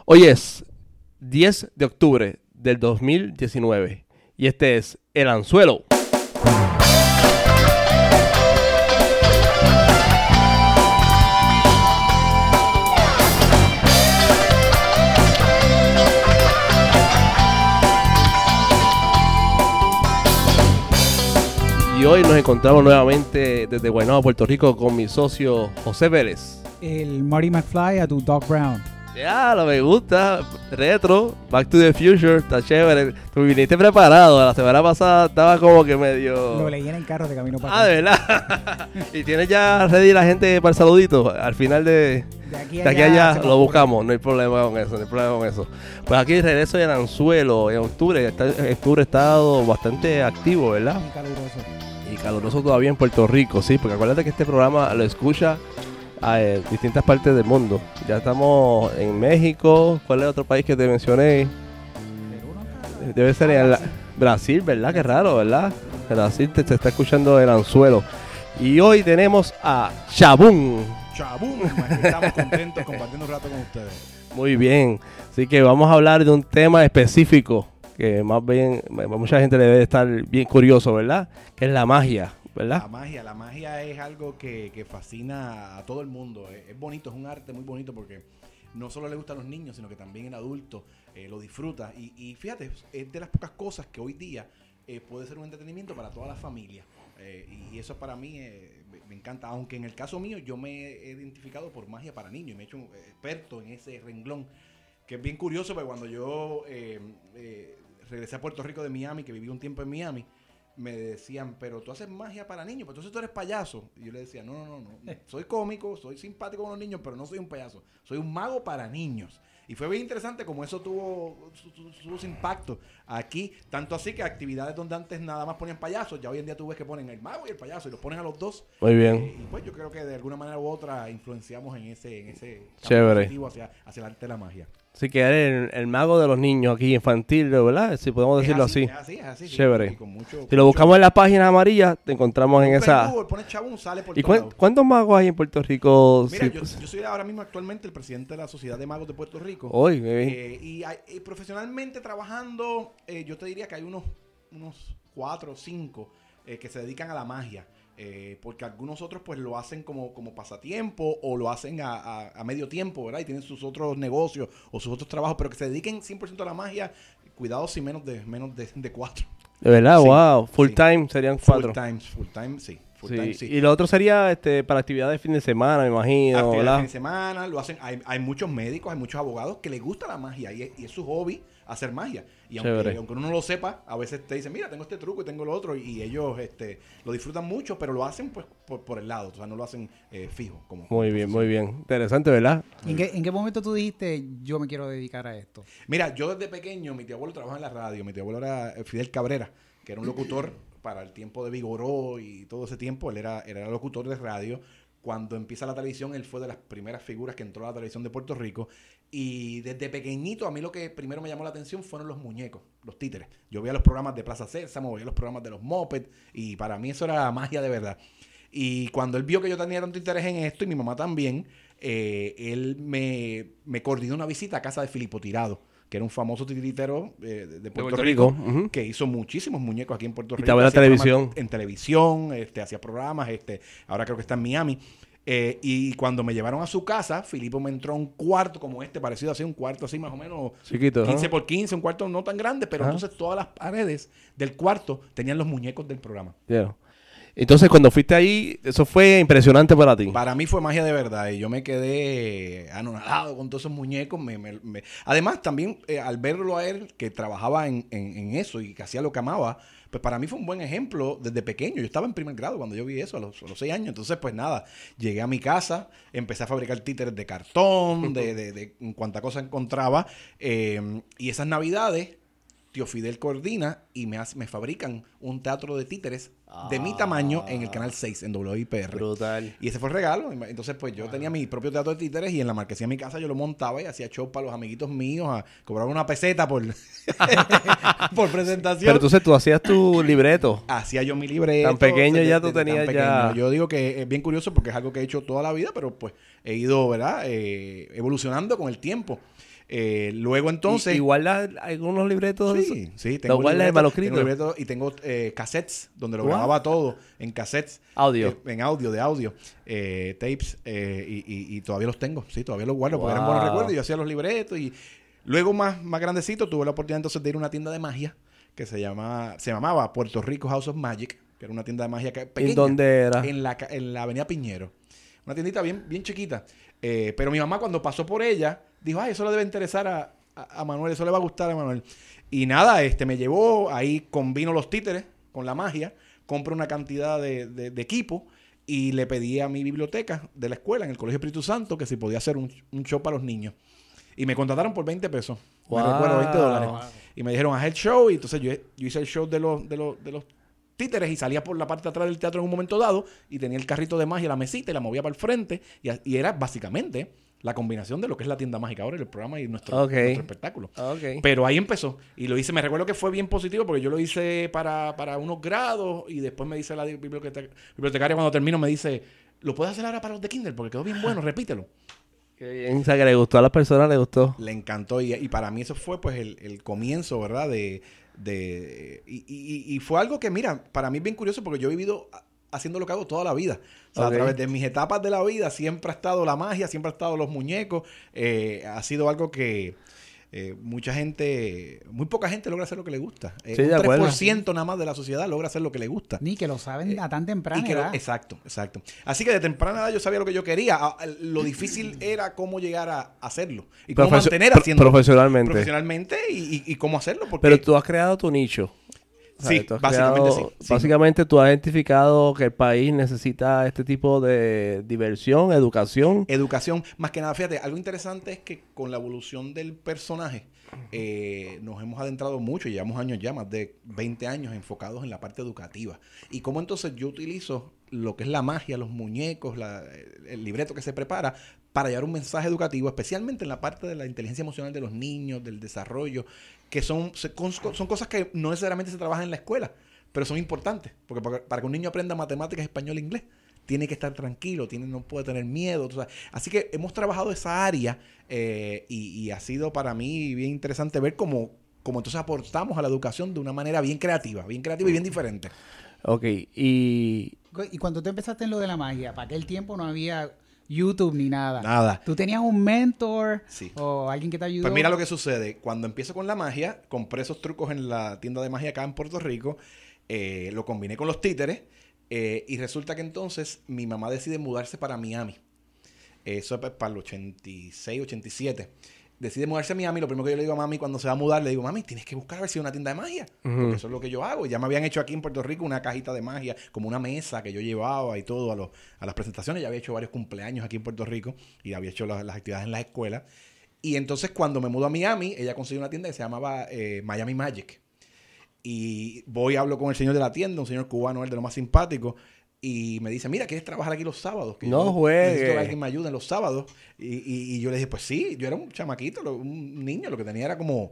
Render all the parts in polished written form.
Hoy es 10 de octubre del 2019 y este es El Anzuelo. Y hoy nos encontramos nuevamente desde Guaynabo, Puerto Rico, con mi socio José Vélez. El Marty McFly a tu Doc Brown. Ya, lo me gusta. Retro, Back to the Future, está chévere. Tú viniste preparado. La semana pasada estaba como que medio... Lo leí en el carro de camino para acá. de verdad. Y tienes ya ready la gente para el saludito. Al final de aquí a allá lo buscamos. No hay problema con eso, Pues aquí regreso en Anzuelo en octubre. Octubre ha estado bastante activo, ¿verdad? Muy caluroso. Y caluroso todavía en Puerto Rico, sí. Porque acuérdate que este programa lo escucha a distintas partes del mundo. Ya estamos en México. ¿Cuál es el otro país que te mencioné? Debe ser en Brasil, ¿verdad? Qué raro, ¿verdad? Brasil te está escuchando El Anzuelo. Y hoy tenemos a Chabún. Chabún, estamos contentos compartiendo un rato con ustedes. Muy bien. Así que vamos a hablar de un tema específico que más bien mucha gente le debe estar bien curioso, ¿verdad? Que es la magia, ¿verdad? La magia es algo que fascina a todo el mundo. Es bonito, es un arte muy bonito porque no solo le gusta a los niños, sino que también el adulto lo disfruta. Y fíjate, es de las pocas cosas que hoy día puede ser un entretenimiento para toda la familia. Y eso para mí me encanta. Aunque en el caso mío yo me he identificado por magia para niños y me he hecho un experto en ese renglón. Que es bien curioso, porque cuando yo regresé a Puerto Rico de Miami, que viví un tiempo en Miami, me decían, pero tú haces magia para niños, pero entonces tú eres payaso. Y yo le decía, no. Soy cómico, soy simpático con los niños, pero no soy un payaso. Soy un mago para niños. Y fue bien interesante como eso tuvo su impacto aquí. Tanto así que actividades donde antes nada más ponían payasos, ya hoy en día tú ves que ponen el mago y el payaso y los ponen a los dos. Muy bien. Y pues yo creo que de alguna manera u otra influenciamos en ese chévere positivo hacia el arte de la magia. Así que eres el mago de los niños aquí, infantil, ¿verdad? Si podemos decirlo así. Es así. Chévere. Sí, con si lo buscamos en la página amarilla, te encontramos en esa. Google, pones Chabún, sale por ¿Y todos lados. cuántos magos hay en Puerto Rico? Mira, Sí, yo soy ahora mismo actualmente el presidente de la Sociedad de Magos de Puerto Rico. Hoy, y profesionalmente trabajando, yo te diría que hay unos 4 o 5 que se dedican a la magia. Porque algunos otros pues lo hacen como pasatiempo o lo hacen a medio tiempo, ¿verdad? Y tienen sus otros negocios o sus otros trabajos, pero que se dediquen 100% a la magia, cuidado si menos de 4. De verdad, Sí, wow. Full sí. time serían 4. Full time, sí. Y lo otro sería para actividades de fin de semana, me imagino, Actividades ¿verdad? de fin de semana, lo hacen. Hay muchos médicos, hay muchos abogados que les gusta la magia y es su hobby hacer magia. Y aunque uno no lo sepa, a veces te dicen, mira, tengo este truco y tengo lo otro, y ellos lo disfrutan mucho, pero lo hacen pues por el lado, o sea, no lo hacen fijo. Muy bien. Interesante, ¿verdad? ¿En qué momento tú dijiste, yo me quiero dedicar a esto? Mira, yo desde pequeño, mi tío abuelo trabajaba en la radio, mi tío abuelo era Fidel Cabrera, que era un locutor para el tiempo de Vigoró y todo ese tiempo, él era locutor de radio. Cuando empieza la televisión, él fue de las primeras figuras que entró a la televisión de Puerto Rico. Y desde pequeñito, a mí lo que primero me llamó la atención fueron los muñecos, los títeres. Yo veía los programas de Plaza Sésamo, veía los programas de los Muppets, y para mí eso era magia de verdad. Y cuando él vio que yo tenía tanto interés en esto, y mi mamá también, él me coordinó una visita a casa de Filipo Tirado, que era un famoso titiritero de Puerto Rico, que hizo muchísimos muñecos aquí en Puerto Rico. Estaba en la televisión. En televisión, hacía programas, ahora creo que está en Miami. Y cuando me llevaron a su casa, Filipo me entró a un cuarto como parecido así, un cuarto así más o menos chiquito, 15 por 15, un cuarto no tan grande, pero entonces todas las paredes del cuarto tenían los muñecos del programa. Yeah. Entonces, cuando fuiste ahí, eso fue impresionante para ti. Para mí fue magia de verdad y yo me quedé anonadado con todos esos muñecos. Además, también al verlo a él, que trabajaba en eso y que hacía lo que amaba, pues para mí fue un buen ejemplo desde pequeño. Yo estaba en primer grado cuando yo vi eso, a los 6 años. Entonces, pues nada, llegué a mi casa, empecé a fabricar títeres de cartón, de cuanta cosa encontraba. Y esas navidades, tío Fidel coordina y me fabrican un teatro de títeres de mi tamaño en el Canal 6, en WIPR. Brutal. Y ese fue el regalo. Entonces, pues yo tenía mi propio teatro de títeres y en la marquesina de mi casa yo lo montaba y hacía show para los amiguitos míos, cobraba una peseta por presentación. Pero entonces tú hacías tu libreto. Hacía yo mi libreto. Tan pequeño ya tú tenías ya... Yo digo que es bien curioso porque es algo que he hecho toda la vida, pero pues he ido, ¿verdad? Evolucionando con el tiempo. Luego entonces... ¿Y guardas algunos libretos? Sí, ¿Lo guardas de manuscrito? Tengo libretos y tengo cassettes donde lo grababa todo, en cassettes. Audio. En audio, tapes, y todavía los tengo. Sí, todavía los guardo porque eran buenos recuerdos. Yo hacía los libretos y luego más grandecito tuve la oportunidad entonces de ir a una tienda de magia que se llamaba Puerto Rico House of Magic, que era una tienda de magia pequeña. ¿En dónde era? En la avenida Piñero. Una tiendita bien chiquita. Pero mi mamá cuando pasó por ella dijo, ay, eso le debe interesar a Manuel, eso le va a gustar a Manuel. Y nada, me llevó, ahí combino los títeres con la magia, compro una cantidad de equipo y le pedí a mi biblioteca de la escuela, en el Colegio Espíritu Santo, que si podía hacer un show para los niños. Y me contrataron por 20 pesos. Wow. Me recuerdo, $20. Wow. Y me dijeron, haz el show. Y entonces yo hice el show de los títeres y salía por la parte de atrás del teatro en un momento dado y tenía el carrito de magia, la mesita y la movía para el frente. Y era básicamente la combinación de lo que es la tienda mágica ahora, el programa y nuestro espectáculo. Pero ahí empezó. Y lo hice, me recuerdo que fue bien positivo porque yo lo hice para unos grados y después me dice la bibliotecaria cuando termino, me dice, ¿lo puedes hacer ahora para los de Kindle? Porque quedó bien bueno, repítelo. Qué bien, o sea, que le gustó a las personas, le gustó. Le encantó y para mí eso fue pues el comienzo, ¿verdad? Y fue algo que, mira, para mí es bien curioso porque yo he vivido haciendo lo que hago toda la vida. O sea, a través de mis etapas de la vida siempre ha estado la magia, siempre ha estado los muñecos. Ha sido algo que muy poca gente logra hacer lo que le gusta. Sí, un de acuerdo. 3% nada más de la sociedad logra hacer lo que le gusta. Ni que lo saben a tan temprana edad. Exacto. Así que de temprana edad yo sabía lo que yo quería. Lo difícil era cómo llegar a hacerlo. Y cómo mantener haciendo profesionalmente y cómo hacerlo. Pero tú has creado tu nicho. Sí, básicamente sí. Básicamente tú has identificado que el país necesita este tipo de diversión, educación. Educación, más que nada, fíjate, algo interesante es que con la evolución del personaje nos hemos adentrado mucho, llevamos años ya, más de 20 años enfocados en la parte educativa. Y cómo entonces yo utilizo lo que es la magia, los muñecos, el libreto que se prepara para llevar un mensaje educativo, especialmente en la parte de la inteligencia emocional de los niños, del desarrollo, que son cosas que no necesariamente se trabajan en la escuela, pero son importantes, porque para que un niño aprenda matemáticas, español e inglés, tiene que estar tranquilo, no puede tener miedo. Así que hemos trabajado esa área y ha sido para mí bien interesante ver cómo entonces aportamos a la educación de una manera bien creativa y bien diferente. Ok, y cuando tú empezaste en lo de la magia, para aquel tiempo no había YouTube ni nada. Nada. ¿Tú tenías un mentor o alguien que te ayudó? Pues mira lo que sucede. Cuando empiezo con la magia, compré esos trucos en la tienda de magia acá en Puerto Rico, lo combiné con los títeres y resulta que entonces mi mamá decide mudarse para Miami. Eso es para el 86, 87. Decide mudarse a Miami. Lo primero que yo le digo a mami cuando se va a mudar, le digo, mami, tienes que buscar a ver si hay una tienda de magia. Porque eso es lo que yo hago. Ya me habían hecho aquí en Puerto Rico una cajita de magia, como una mesa que yo llevaba y todo a las presentaciones. Ya había hecho varios cumpleaños aquí en Puerto Rico y había hecho las actividades en la escuela. Y entonces cuando me mudo a Miami, ella consiguió una tienda que se llamaba Miami Magic. Y hablo con el señor de la tienda, un señor cubano, él de lo más simpático. Y me dice, mira, ¿quieres trabajar aquí los sábados? Que no yo juegues. Necesito que alguien me ayude en los sábados. Y yo le dije, pues sí, yo era un chamaquito, un niño, lo que tenía era como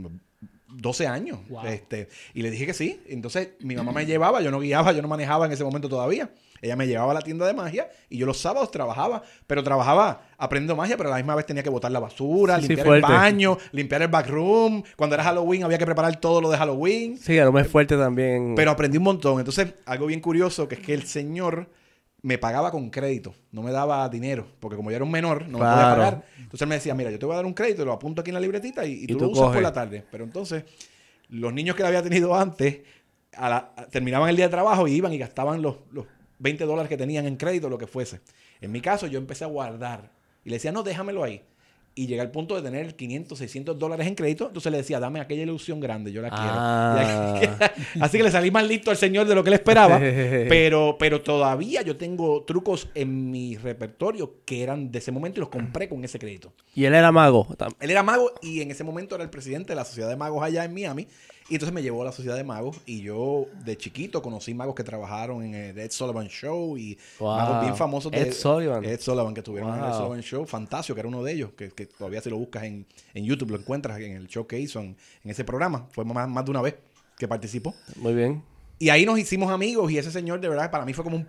12 años. Wow. Y le dije que sí. Entonces mi mamá me llevaba, yo no guiaba, yo no manejaba en ese momento todavía. Ella me llevaba a la tienda de magia y yo los sábados trabajaba, pero trabajaba aprendiendo magia, pero a la misma vez tenía que botar la basura, limpiar el baño, limpiar el backroom. Cuando era Halloween había que preparar todo lo de Halloween. Sí, a lo más fuerte también. Pero aprendí un montón. Entonces, algo bien curioso que es que el señor me pagaba con crédito, no me daba dinero, porque como yo era un menor, no me podía pagar. Entonces él me decía, mira, yo te voy a dar un crédito, lo apunto aquí en la libretita y tú lo usas por la tarde. Pero entonces, los niños que le había tenido antes, terminaban el día de trabajo y iban y gastaban los $20 que tenían en crédito, lo que fuese. En mi caso, yo empecé a guardar. Y le decía, no, déjamelo ahí. Y llegué al punto de tener $500, $600 en crédito. Entonces le decía, dame aquella ilusión grande, yo la quiero. Así que le salí más listo al señor de lo que él esperaba. pero todavía yo tengo trucos en mi repertorio que eran de ese momento y los compré con ese crédito. ¿Y él era mago? Él era mago y en ese momento era el presidente de la Sociedad de Magos allá en Miami. Y entonces me llevó a la Sociedad de Magos y yo de chiquito conocí magos que trabajaron en el Ed Sullivan Show y magos bien famosos de Ed Sullivan, que estuvieron en el Ed Sullivan Show. Fantasio, que era uno de ellos, que todavía si lo buscas en YouTube lo encuentras en el show que hizo en ese programa. Fue más de una vez que participó. Muy bien. Y ahí nos hicimos amigos y ese señor de verdad para mí fue como un papá.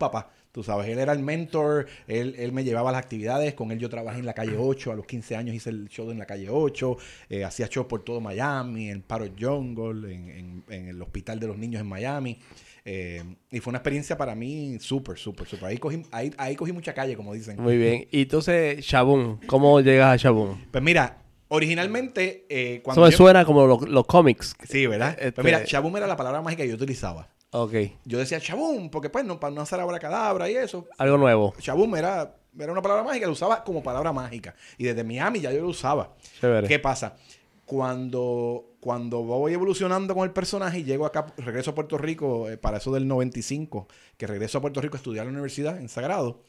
Tú sabes, él era el mentor, él me llevaba a las actividades, con él yo trabajé en la calle 8, a los 15 años hice el show en la calle 8, hacía shows por todo Miami, en Parrot Jungle, en el Hospital de los Niños en Miami. Y fue una experiencia para mí súper. Ahí cogí mucha calle, como dicen. Muy bien. Y entonces, Shaboom, ¿cómo llegas a Shaboom? Pues mira, originalmente, Eso me suena como los cómics. Sí, ¿verdad? Pues mira, Shaboom era la palabra mágica que yo utilizaba. Ok. Yo decía Shaboom, porque pues no, para no hacer abracadabra y eso. Algo nuevo. Shaboom era una palabra mágica, la usaba como palabra mágica. Y desde Miami ya yo lo usaba. Chévere. ¿Qué pasa? Cuando voy evolucionando con el personaje y llego acá, regreso a Puerto Rico, para eso del 95, que regreso a Puerto Rico a estudiar en la universidad, en Sagrado,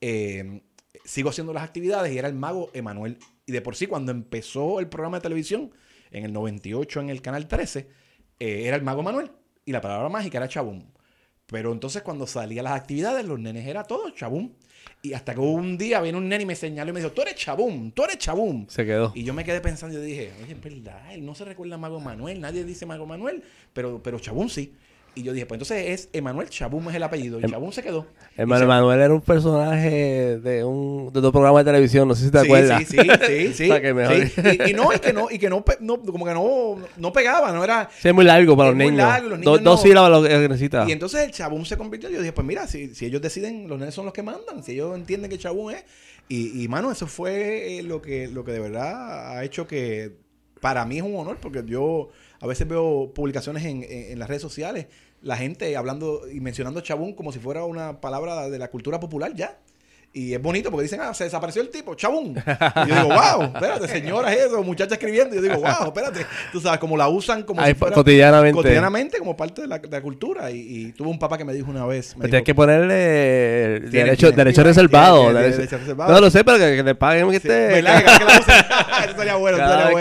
sigo haciendo las actividades y era el mago Emanuel. Y de por sí, cuando empezó el programa de televisión, en el 98 en el Canal 13, era el mago Emanuel. Y la palabra mágica era Shaboom. Pero entonces cuando salía a las actividades, los nenes era todo Shaboom. Y hasta que un día viene un nene y me señaló y me dijo, tú eres Shaboom, tú eres Shaboom. Se quedó. Y yo me quedé pensando y dije, oye, es verdad, él no se recuerda a Mago Manuel, nadie dice Mago Manuel, pero Shaboom sí. Y yo dije, pues entonces es Emanuel, Shaboom es el apellido. Y Shaboom se quedó. Manuel era un personaje de un programa de televisión, no sé si te acuerdas. Sí. Para que mejor. Sí. Y que no, como que no pegaba, no era. Sí, es muy largo para los muy niños. Largo, los niños Dos sílabas lo que necesita. Y entonces el Shaboom se convirtió. Yo dije, pues mira, si ellos deciden, los nenes son los que mandan. Si ellos entienden que Shaboom es. Y mano, eso fue lo que de verdad ha hecho que para mí es un honor, porque yo a veces veo publicaciones en las redes sociales, la gente hablando y mencionando Shaboom como si fuera una palabra de la cultura popular ya. Y es bonito porque dicen, se desapareció el tipo, Shaboom. Y yo digo, wow, espérate, señoras eso, muchachas escribiendo. Y yo digo, wow, espérate. Tú sabes, como la usan como si fuera cotidianamente como parte de la cultura. Y tuve un papá que me dijo una vez. Tienes que ponerle derecho reservado. Derecho reservado. No lo sé, pero que le paguen que esté. ¿Verdad? Que la usen. Eso estaría bueno.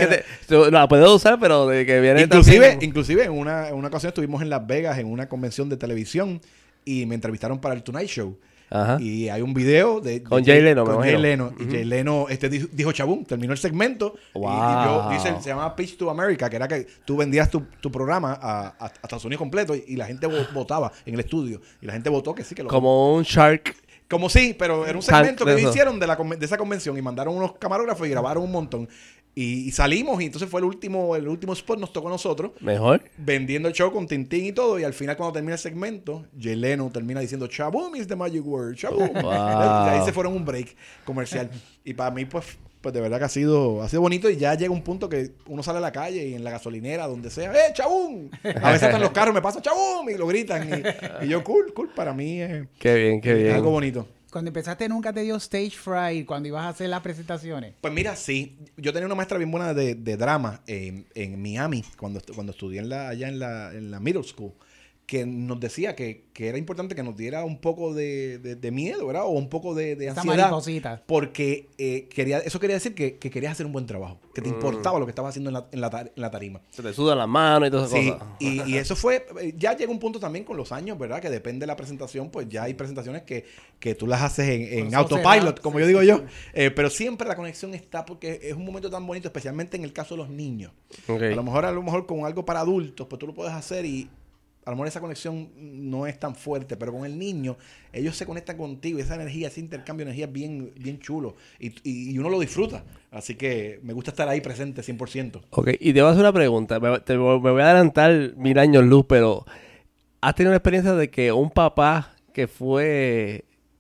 La puedes usar, pero de que viene Inclusive en una ocasión estuvimos en Las Vegas en una convención de televisión y me entrevistaron para el Tonight Show. Ajá. Y hay un video con Jay Leno, con Jay Leno. Y Jay Leno dijo Shaboom, terminó el segmento. Wow. Y yo hice, se llamaba Pitch to America, que era que tú vendías tu programa a Estados Unidos completo y la gente votaba en el estudio. Y la gente votó que sí, que lo. Como un Shark. Como sí, pero era un segmento que hicieron de esa convención y mandaron unos camarógrafos y grabaron un montón. Y salimos y entonces fue el último spot, nos tocó a nosotros. Mejor. Vendiendo el show con Tintín y todo. Y al final cuando termina el segmento, Jay Leno termina diciendo Shaboom is the magic word. Shaboom. Wow. Y ahí se fueron un break comercial. Y para mí pues de verdad que ha sido bonito. Y ya llega un punto que uno sale a la calle y en la gasolinera, donde sea, Shaboom. A veces hasta en los carros me pasa Shaboom y lo gritan. Y yo, cool. Para mí qué bien. Es algo bonito. Cuando empezaste, ¿nunca te dio stage fright cuando ibas a hacer las presentaciones? Pues mira, sí. Yo tenía una maestra bien buena de drama en Miami, cuando estudié allá en la middle school, que nos decía que era importante que nos diera un poco de miedo, ¿verdad? O un poco de esa ansiedad. mariposita. Porque eso quería decir que querías hacer un buen trabajo, que te importaba lo que estabas haciendo en la tarima. Se te sudan las manos y todas esas cosas. Y eso fue, ya llega un punto también con los años, ¿verdad? Que depende de la presentación, pues ya hay presentaciones que tú las haces en autopilot, como yo digo yo. Pero siempre la conexión está porque es un momento tan bonito, especialmente en el caso de los niños. Okay. A lo mejor con algo para adultos, pues tú lo puedes hacer y a lo mejor esa conexión no es tan fuerte, pero con el niño, ellos se conectan contigo y esa energía, ese intercambio de energía es bien chulo y uno lo disfruta. Así que me gusta estar ahí presente 100%. Ok, y te voy a hacer una pregunta. Me voy a adelantar 1000 años luz, pero ¿has tenido una experiencia de que un papá que fue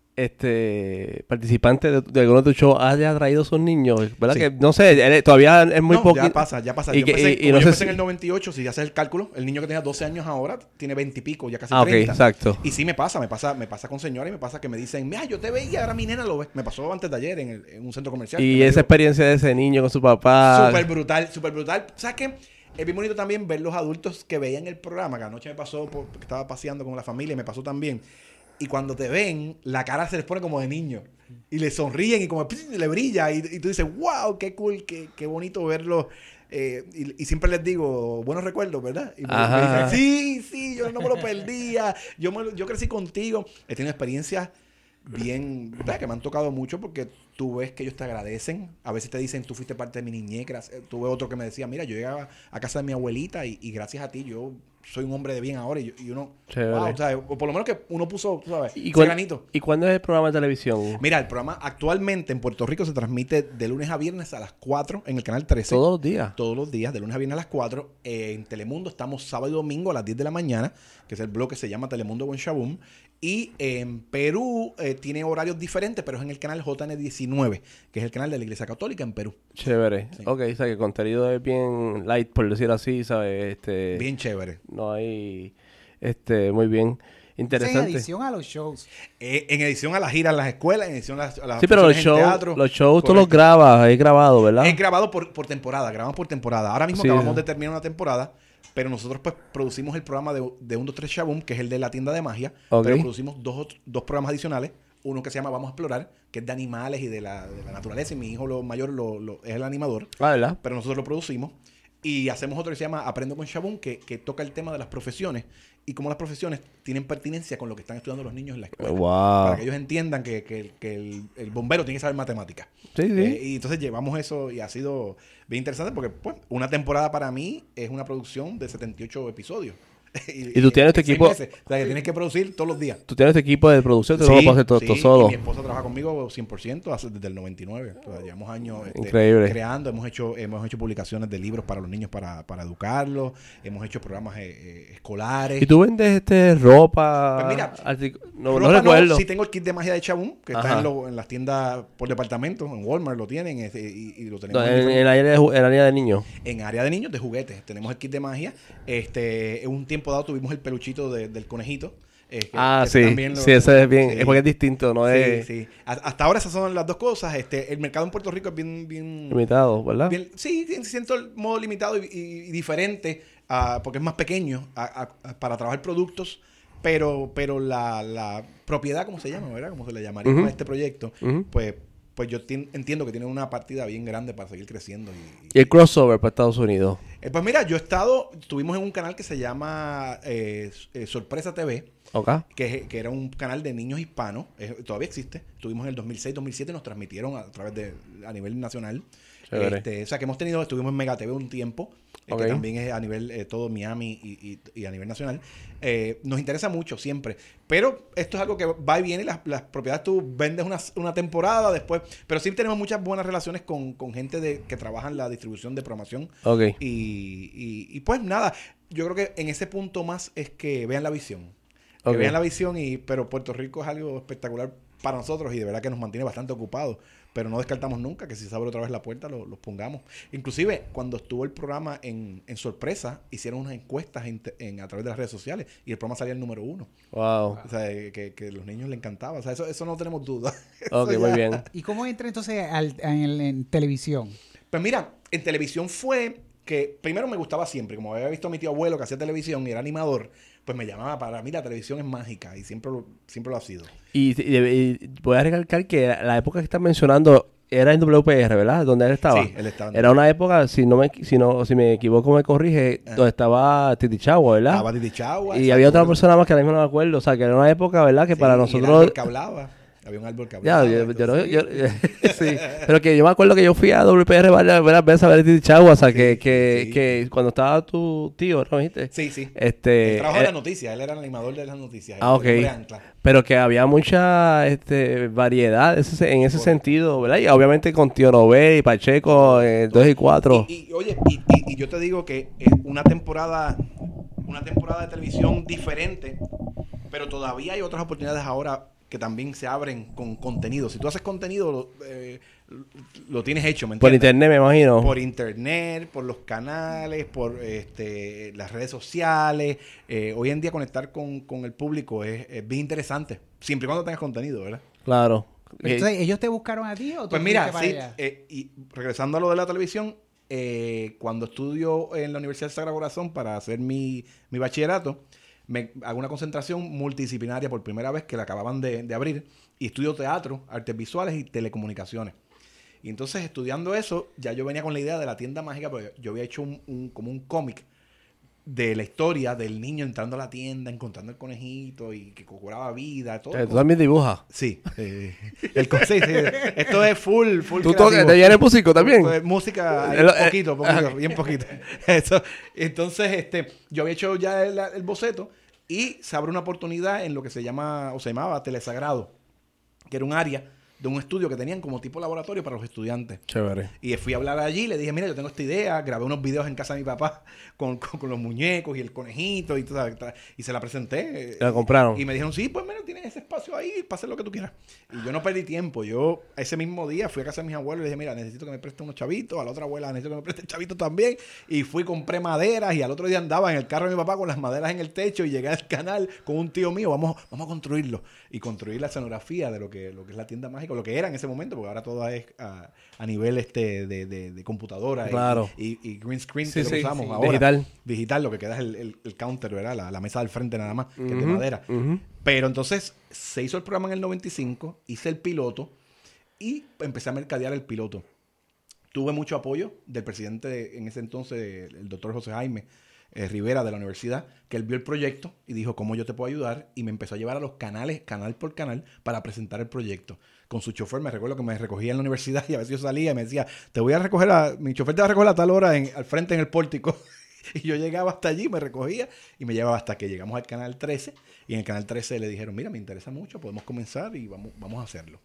participante de alguno de tus shows haya traído a sus niños? ¿Verdad? Sí. Que no sé, todavía es muy poco. Ya pasa. Yo empecé en el 98, si haces el cálculo, el niño que tenía 12 años ahora tiene 20 y pico, ya casi 30. Ok, exacto. Y sí me pasa con señores y me pasa que me dicen, mira, yo te veía, ahora mi nena lo ves. Me pasó antes de ayer en un centro comercial. Y esa experiencia de ese niño con su papá. Súper brutal. ¿Sabes qué? Es bien bonito también ver los adultos que veían el programa, que anoche me pasó porque estaba paseando con la familia y me pasó también. Y cuando te ven, la cara se les pone como de niño. Y le sonríen y como le brilla. Y tú dices, wow, qué cool, qué bonito verlo. Y siempre les digo, buenos recuerdos, ¿verdad? Y me dicen, sí, yo no me lo perdía. Yo crecí contigo. He tenido experiencias bien, ¿verdad? Que me han tocado mucho porque tú ves que ellos te agradecen. A veces te dicen, tú fuiste parte de mi niñez. Tuve otro que me decía, mira, yo llegaba a casa de mi abuelita y gracias a ti yo soy un hombre de bien ahora y uno, Chévere. wow, ¿sabes? O por lo menos que uno puso, tú sabes, ¿Y, ese granito. ¿Y cuándo es el programa de televisión? Mira, el programa actualmente en Puerto Rico se transmite de lunes a viernes a las 4 en el canal 13. Todos los días. Todos los días, de lunes a viernes a las 4. En Telemundo estamos sábado y domingo a las 10 de la mañana, que es el bloque que se llama Telemundo con Shaboom. Y en Perú tiene horarios diferentes, pero es en el canal JN19, que es el canal de la Iglesia Católica en Perú. Chévere. Sí. Ok, o sea que el contenido es bien light, por decir así, ¿sabes? Bien chévere. No hay... muy bien. En Interesante. adición a los shows. En edición a las giras en las escuelas, en edición a las Sí, pero los funciones en shows, teatro. los shows tú los Correcto. grabas, es grabado, ¿verdad? Es grabado por temporada, grabamos por temporada. Ahora mismo Sí. acabamos de terminar una temporada, pero nosotros pues producimos el programa de 1, 2, 3 Shaboom, que es el de la tienda de magia, Ok. pero producimos dos programas adicionales. Uno que se llama Vamos a Explorar, que es de animales y de la naturaleza, y mi hijo mayor es el animador, Ah, ¿verdad? pero nosotros lo producimos. Y hacemos otro que se llama Aprendo con Shaboom, que toca el tema de las profesiones y cómo las profesiones tienen pertinencia con lo que están estudiando los niños en la escuela. Wow. Para que ellos entiendan que el bombero tiene que saber matemáticas. Sí, sí. Y entonces llevamos eso y ha sido bien interesante porque pues una temporada para mí es una producción de 78 episodios. Y tú tienes tu en 6 equipo- meses. O sea, que tienes que producir todos los días. Tú tienes tu equipo de producción, tú no lo puedes hacer todo, sí, todo solo. Y mi esposa trabaja conmigo 100% desde el 99. O sea, llevamos años Increíble. creando. Hemos hecho publicaciones de libros para los niños para educarlos. Hemos hecho programas escolares. ¿Y tú vendes ropa? Pues mira, no ropa recuerdo. Sí tengo el kit de magia de Shaboom, que Ajá. está en las tiendas por departamento. En Walmart lo tienen y lo No, tenemos en diferentes- el área en el área de niños. en área de niños de juguetes. Tenemos el kit de magia. En un tiempo dado tuvimos el peluchito del conejito. Que Sí. también lo- Sí, ese es bien. sí. Es porque es distinto, no Sí, es sí. Hasta ahora esas son las dos cosas. El mercado en Puerto Rico es bien limitado, ¿verdad? sí, siento el modo limitado y diferente, porque es más pequeño para trabajar productos, pero la propiedad, ¿cómo se llama? ¿Verdad? ¿Cómo se le llamaría Ujú. a este proyecto? Ujú. Pues yo entiendo que tiene una partida bien grande para seguir creciendo. Y el crossover para Estados Unidos. Pues mira, estuvimos en un canal que se llama Sorpresa TV, ¿Ok? que era un canal de niños hispanos, todavía existe. Estuvimos en el 2006, 2007, nos transmitieron a nivel nacional. Chévere. O sea, que estuvimos en Mega TV un tiempo, Ok. que también es a nivel todo Miami y a nivel nacional. Nos interesa mucho siempre, pero esto es algo que va y viene. Las propiedades tú vendes una temporada después, pero sí tenemos muchas buenas relaciones con gente que trabaja en la distribución de programación. Ok. Y pues nada, yo creo que en ese punto más es que vean la visión. Que Ok. vean la visión, pero Puerto Rico es algo espectacular para nosotros y de verdad que nos mantiene bastante ocupados. Pero no descartamos nunca que si se abre otra vez la puerta los pongamos. Inclusive, cuando estuvo el programa en Sorpresa, hicieron unas encuestas a través de las redes sociales y el programa salía el número 1. Wow. O sea, que a los niños les encantaba. O sea, eso no tenemos duda. Ok, Eso muy ya- bien. ¿Y cómo entra entonces en televisión? Pues mira, en televisión fue que primero me gustaba siempre. Como había visto a mi tío abuelo que hacía televisión y era animador, pues me llamaba. Para mí la televisión es mágica y siempre lo ha sido. Y voy a recalcar que la época que estás mencionando era en WPR, ¿verdad? Donde él estaba. Sí, él estaba. Era una época, si me equivoco, me corrige, donde estaba Titi Chagua, ¿verdad? Estaba Titi Chagua, Y había otra exacto. persona más que ahora mismo no me acuerdo. O sea, que era una época, ¿verdad? Que Sí, para y el nosotros... árbol que hablaba. Había un árbol que Ya, hablaba. sí. Pero que yo me acuerdo que yo fui a WPR varias veces a ver a Titi Chagua. O sea, Sí, sí. que cuando estaba tu tío, ¿no viste? Sí, sí. Él trabajó en eh, las noticias. Él era el animador de las noticias. Ah, ok. El hombre ancla. Pero que había mucha variedad en ese sentido, ¿verdad? Y obviamente con Tío Nobel y Pacheco, 2 y 4. Oye, y yo te digo que es una temporada de televisión diferente, pero todavía hay otras oportunidades ahora que también se abren con contenido. Si tú haces contenido, lo tienes hecho, ¿me Por entiendes? internet, me imagino. Por internet, por los canales, por las redes sociales. Hoy en día conectar con el público es bien interesante, siempre y cuando tengas contenido, ¿verdad? Claro. Entonces, ¿ellos te buscaron a ti o tú Pues mira, fuiste sí, para allá? y regresando a lo de la televisión, cuando estudio en la Universidad del Sagrado Corazón para hacer mi bachillerato, me hago una concentración multidisciplinaria por primera vez que la acababan de abrir y estudio teatro, artes visuales y telecomunicaciones. Y entonces estudiando eso, ya yo venía con la idea de la tienda mágica, porque yo había hecho como un cómic de la historia del niño entrando a la tienda, encontrando el conejito y que cobraba vida, todo. Tú también dibujas. Sí. Sí. Esto es full ¿Tú tocas? ¿Te viene músico también? Pues, música, poquito, bien poquito. Eso. Entonces, yo había hecho ya el boceto y se abre una oportunidad en lo que se llamaba Telesagrado, que era un área de un estudio que tenían como tipo laboratorio para los estudiantes. Chévere. Y fui a hablar allí, le dije, mira, yo tengo esta idea, grabé unos videos en casa de mi papá con los muñecos y el conejito y todo, y se la presenté. ¿La compraron? Y me dijeron, sí, pues mira, tienes ese espacio ahí para hacer lo que tú quieras. Y yo no perdí tiempo. Yo ese mismo día fui a casa de mis abuelos y le dije, mira, necesito que me preste unos chavitos. A la otra abuela necesito que me preste chavitos también. Y fui, compré maderas y al otro día andaba en el carro de mi papá con las maderas en el techo y llegué al canal con un tío mío, vamos a construirlo. Y construir la escenografía de lo que es la tienda mágica, lo que era en ese momento, porque ahora todo es a nivel de computadora. Claro. y green screen Sí, que lo usamos ahora. Digital, lo que queda es el counter, ¿verdad? La mesa del frente nada más, que es de madera. Pero entonces se hizo el programa en el 95, hice el piloto y empecé a mercadear el piloto. Tuve mucho apoyo del presidente en ese entonces, el doctor José Jaime Rivera de la universidad, que él vio el proyecto y dijo, ¿cómo yo te puedo ayudar? Y me empezó a llevar a los canales, canal por canal, para presentar el proyecto. Con su chofer, me recuerdo que me recogía en la universidad y a veces yo salía y me decía, mi chofer te va a recoger a tal hora al frente en el pórtico. Y yo llegaba hasta allí, me recogía y me llevaba hasta que llegamos al canal 13. Y en el canal 13 le dijeron, mira, me interesa mucho, podemos comenzar y vamos a hacerlo.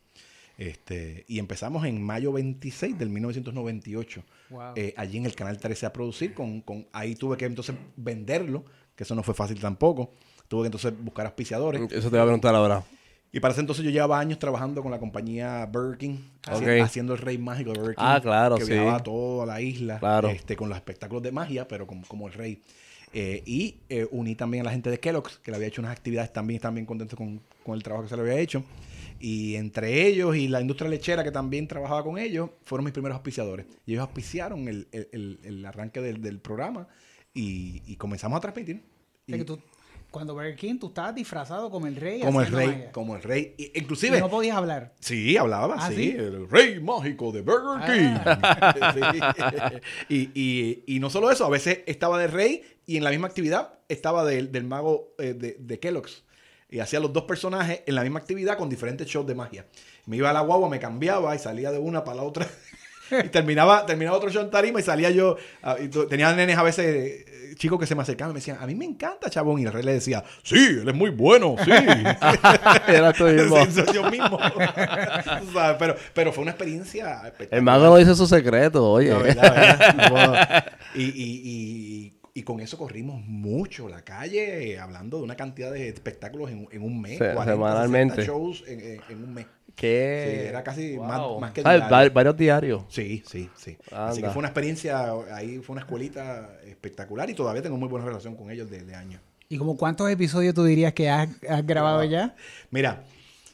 Y empezamos en mayo 26 del 1998. Wow. Allí en el canal 13 a producir. Ahí tuve que entonces venderlo, que eso no fue fácil tampoco. Tuve que entonces buscar auspiciadores. Eso te voy a preguntar ahora. Y para ese entonces yo llevaba años trabajando con la compañía Burger King, haciendo el Rey Mágico de Burger King. Claro, que viajaba a toda la isla, claro. Con los espectáculos de magia, pero como el Rey. Uní también a la gente de Kellogg's, que le había hecho unas actividades también, estaban bien contentos con el trabajo que se le había hecho. Y entre ellos y la industria lechera, que también trabajaba con ellos, fueron mis primeros auspiciadores. Y ellos auspiciaron el arranque del programa y comenzamos a transmitir. Cuando Burger King, tú estabas disfrazado como el rey. Como el rey. Inclusive... ¿Y no podías hablar? Sí, hablaba, sí. El Rey Mágico de Burger King. Sí. Y no solo eso, a veces estaba de rey y en la misma actividad estaba del mago de Kellogg's. Y hacía los dos personajes en la misma actividad con diferentes shows de magia. Me iba a la guagua, me cambiaba y salía de una para la otra. Y terminaba otro show en tarima y salía yo. Tenía nenes a veces, chicos que se me acercaban y me decían, a mí me encanta Chabón. Y el rey le decía, sí, él es muy bueno, sí. Era tú mismo. Sí, yo mismo. Pero fue una experiencia espectacular. El mago no dice su secreto, oye. La verdad. Y con eso corrimos mucho la calle, hablando de una cantidad de espectáculos en un mes. 40, semanalmente. 60 shows en un mes. ¿Qué? Sí, era casi más que diario. Varios diarios. Sí. Anda. Así que fue una experiencia, ahí fue una escuelita espectacular y todavía tengo muy buena relación con ellos de años. ¿Y como cuántos episodios tú dirías que has grabado ya? Mira,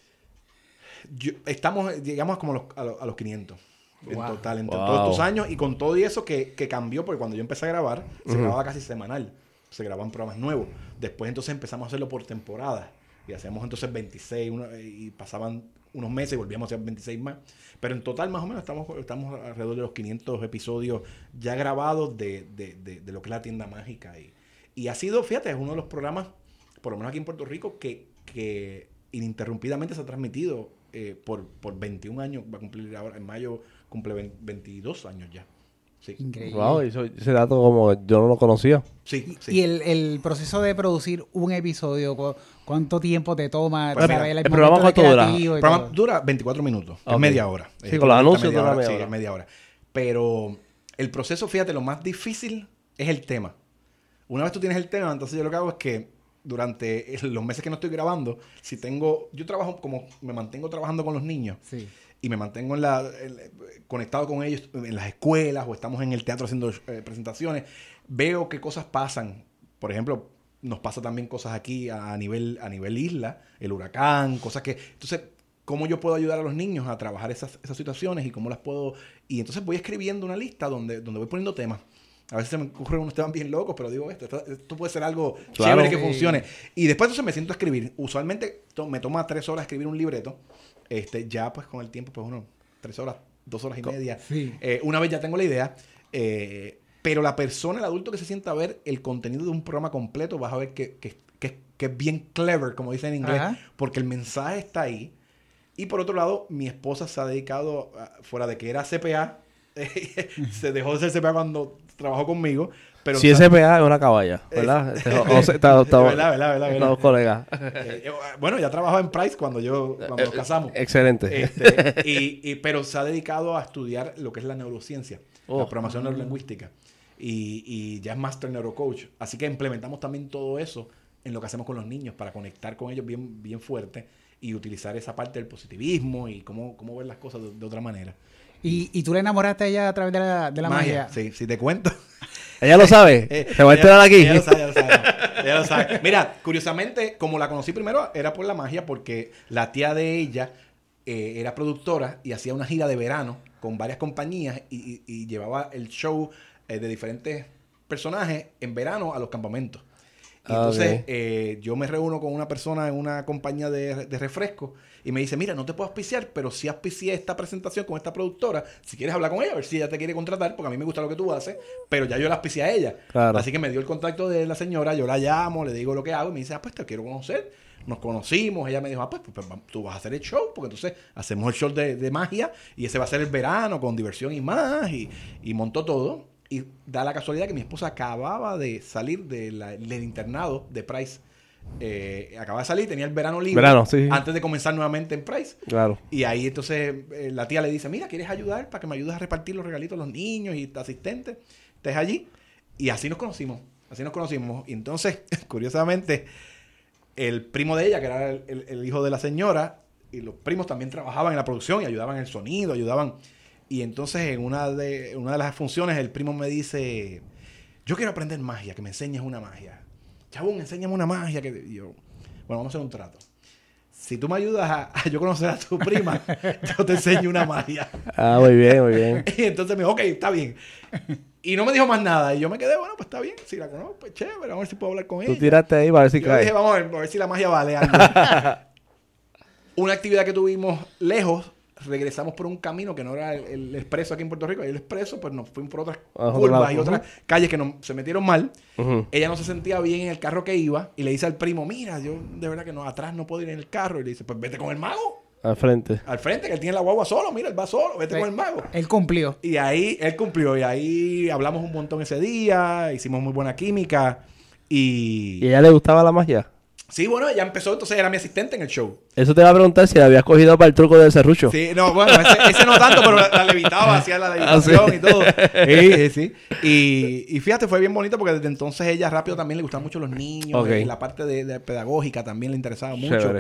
llegamos como a los 500. En total, entre todos estos años y con todo y eso que cambió, porque cuando yo empecé a grabar, se grababa casi semanal, se grababan programas nuevos. Después entonces empezamos a hacerlo por temporada y hacíamos entonces 26 y pasaban unos meses y volvíamos a hacer 26 más. Pero en total más o menos estamos alrededor de los 500 episodios ya grabados de lo que es la tienda mágica. Y ha sido, fíjate, es uno de los programas, por lo menos aquí en Puerto Rico, que ininterrumpidamente se ha transmitido por 21 años, va a cumplir ahora en mayo, cumple 22 años ya. Sí. Increíble. Wow, ese dato como yo no lo conocía. Sí. Y el proceso de producir un episodio, ¿cuánto tiempo te toma? Pues mira, el programa ¿cuánto dura? El programa dura 24 minutos, es media hora. Sí, con los anuncios dura media hora. hora. Sí, media hora. Pero el proceso, fíjate, lo más difícil es el tema. Una vez tú tienes el tema, entonces yo lo que hago es que durante los meses que no estoy grabando, yo trabajo me mantengo trabajando con los niños. Sí. Y me mantengo conectado con ellos en las escuelas o estamos en el teatro haciendo presentaciones. Veo qué cosas pasan. Por ejemplo, nos pasa también cosas aquí a nivel isla, el huracán, cosas que... Entonces, ¿cómo yo puedo ayudar a los niños a trabajar esas situaciones y cómo las puedo...? Y entonces voy escribiendo una lista donde voy poniendo temas. A veces se me ocurren unos temas bien locos, pero digo, esto puede ser algo chévere que funcione. Y después entonces me siento a escribir. Usualmente me toma 3 horas escribir un libreto. Ya pues con el tiempo, pues 3 horas, 2 horas y media. Sí. Una vez ya tengo la idea, Pero la persona, el adulto que se sienta a ver el contenido de un programa completo, vas a ver que es bien clever, como dicen en inglés, Ajá. porque el mensaje está ahí. Y por otro lado, mi esposa se ha dedicado, fuera de que era CPA, se dejó de ser CPA cuando trabajó conmigo. Pero Si SPA es una caballa, ¿verdad? verdad. Estamos colegas. Bueno, ya trabajaba en Price cuando nos casamos. Excelente. Pero se ha dedicado a estudiar lo que es la neurociencia, Oh. la programación neurolingüística. Y ya es Master Neurocoach. Así que implementamos también todo eso en lo que hacemos con los niños para conectar con ellos bien, bien fuerte y utilizar esa parte del positivismo y cómo ver las cosas de otra manera. ¿Y tú le enamoraste a ella a través de la magia? Sí, si te cuento. Ella lo sabe. Te voy a esperar aquí. Ella lo sabe. Mira, curiosamente, como la conocí primero, era por la magia, porque la tía de ella era productora y hacía una gira de verano con varias compañías y llevaba el show de diferentes personajes en verano a los campamentos. Y entonces yo me reúno con una persona en una compañía de refrescos y me dice, mira, no te puedo auspiciar, pero sí auspicié esta presentación con esta productora. Si quieres hablar con ella, a ver si ella te quiere contratar, porque a mí me gusta lo que tú haces, pero ya yo la auspicié a ella. Claro. Así que me dio el contacto de la señora, yo la llamo, le digo lo que hago y me dice, pues te quiero conocer. Nos conocimos, ella me dijo, pues tú vas a hacer el show, porque entonces hacemos el show de magia y ese va a ser el verano con diversión y más, y montó todo. Y da la casualidad que mi esposa acababa de salir del internado de Price. Acaba de salir, tenía el verano libre Sí. antes de comenzar nuevamente en Price. Claro. Y ahí entonces la tía le dice, mira, ¿quieres ayudar para que me ayudes a repartir los regalitos a los niños y asistentes? Estés allí. Y así nos conocimos. Y entonces, curiosamente, el primo de ella, que era el hijo de la señora, y los primos también trabajaban en la producción y ayudaban en el sonido, Y entonces en una de las funciones el primo me dice, yo quiero aprender magia, que me enseñes una magia. Chabón, enséñame una magia. Y yo, bueno, vamos a hacer un trato. Si tú me ayudas a yo conocer a tu prima, yo te enseño una magia. Ah, muy bien. Y entonces me dijo, ok, está bien. Y no me dijo más nada. Y yo me quedé, bueno, pues está bien. Si la conozco, pues chévere, vamos a ver si puedo hablar con ella. Tú tiraste ahí para ver si Yo cae. dije, vamos a ver si la magia vale algo. Una actividad que tuvimos lejos, regresamos por un camino que no era el expreso aquí en Puerto Rico. Y el expreso, pues nos fuimos por otras curvas y otras calles que se metieron mal. Ella no se sentía bien en el carro que iba y le dice al primo, mira, yo de verdad que no, atrás no puedo ir en el carro. Y le dice, pues vete con el mago. Al frente, que él tiene la guagua solo, mira, él va solo, vete con el mago. Él cumplió. Y ahí, él cumplió. Y ahí hablamos un montón ese día, hicimos muy buena química. ¿Y a ella le gustaba la magia? Sí, bueno, ella empezó, entonces era mi asistente en el show. Eso te iba a preguntar si la habías cogido para el truco del serrucho. Sí, no, bueno, ese no tanto, pero la levitaba, hacía la levitación y todo. Sí. Y fíjate, fue bien bonito porque desde entonces ella rápido también le gustaban mucho los niños. Okay. Y la parte de pedagógica también le interesaba mucho. Chévere.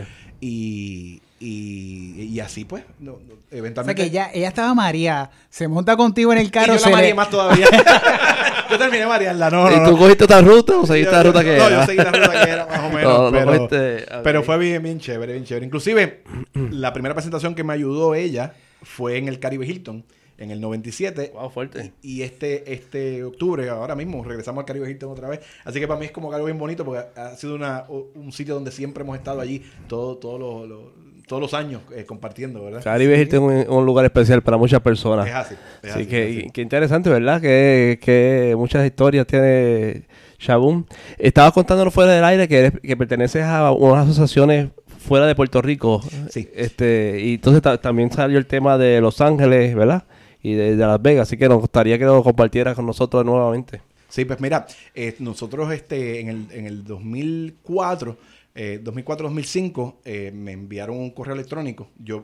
Y así pues, O sea eventualmente... que ella estaba mareada, se monta contigo en el carro. Y yo la mareé más todavía. Yo terminé de marearla, no. ¿Y tú cogiste otra ruta o seguiste la ruta que era? No, yo seguí la ruta que era, más o menos. Okay. Pero fue bien chévere, bien chévere. Inclusive, la primera presentación que me ayudó ella fue en el Caribe Hilton, en el 97. Wow, fuerte. Y este octubre, ahora mismo, regresamos al Caribe Hilton otra vez. Así que para mí es como algo bien bonito porque ha sido un sitio donde siempre hemos estado allí todos los años compartiendo, ¿verdad? Caribe Hilton es un lugar especial para muchas personas. Es así. Así que interesante, ¿verdad? Que muchas historias tiene Shabum. Estabas contándonos fuera del aire que perteneces a unas asociaciones fuera de Puerto Rico. Sí. Y entonces también salió el tema de Los Ángeles, ¿verdad? Y de Las Vegas. Así que nos gustaría que lo compartieras con nosotros nuevamente. Sí, pues mira, nosotros en el 2004... 2004-2005 me enviaron un correo electrónico. Yo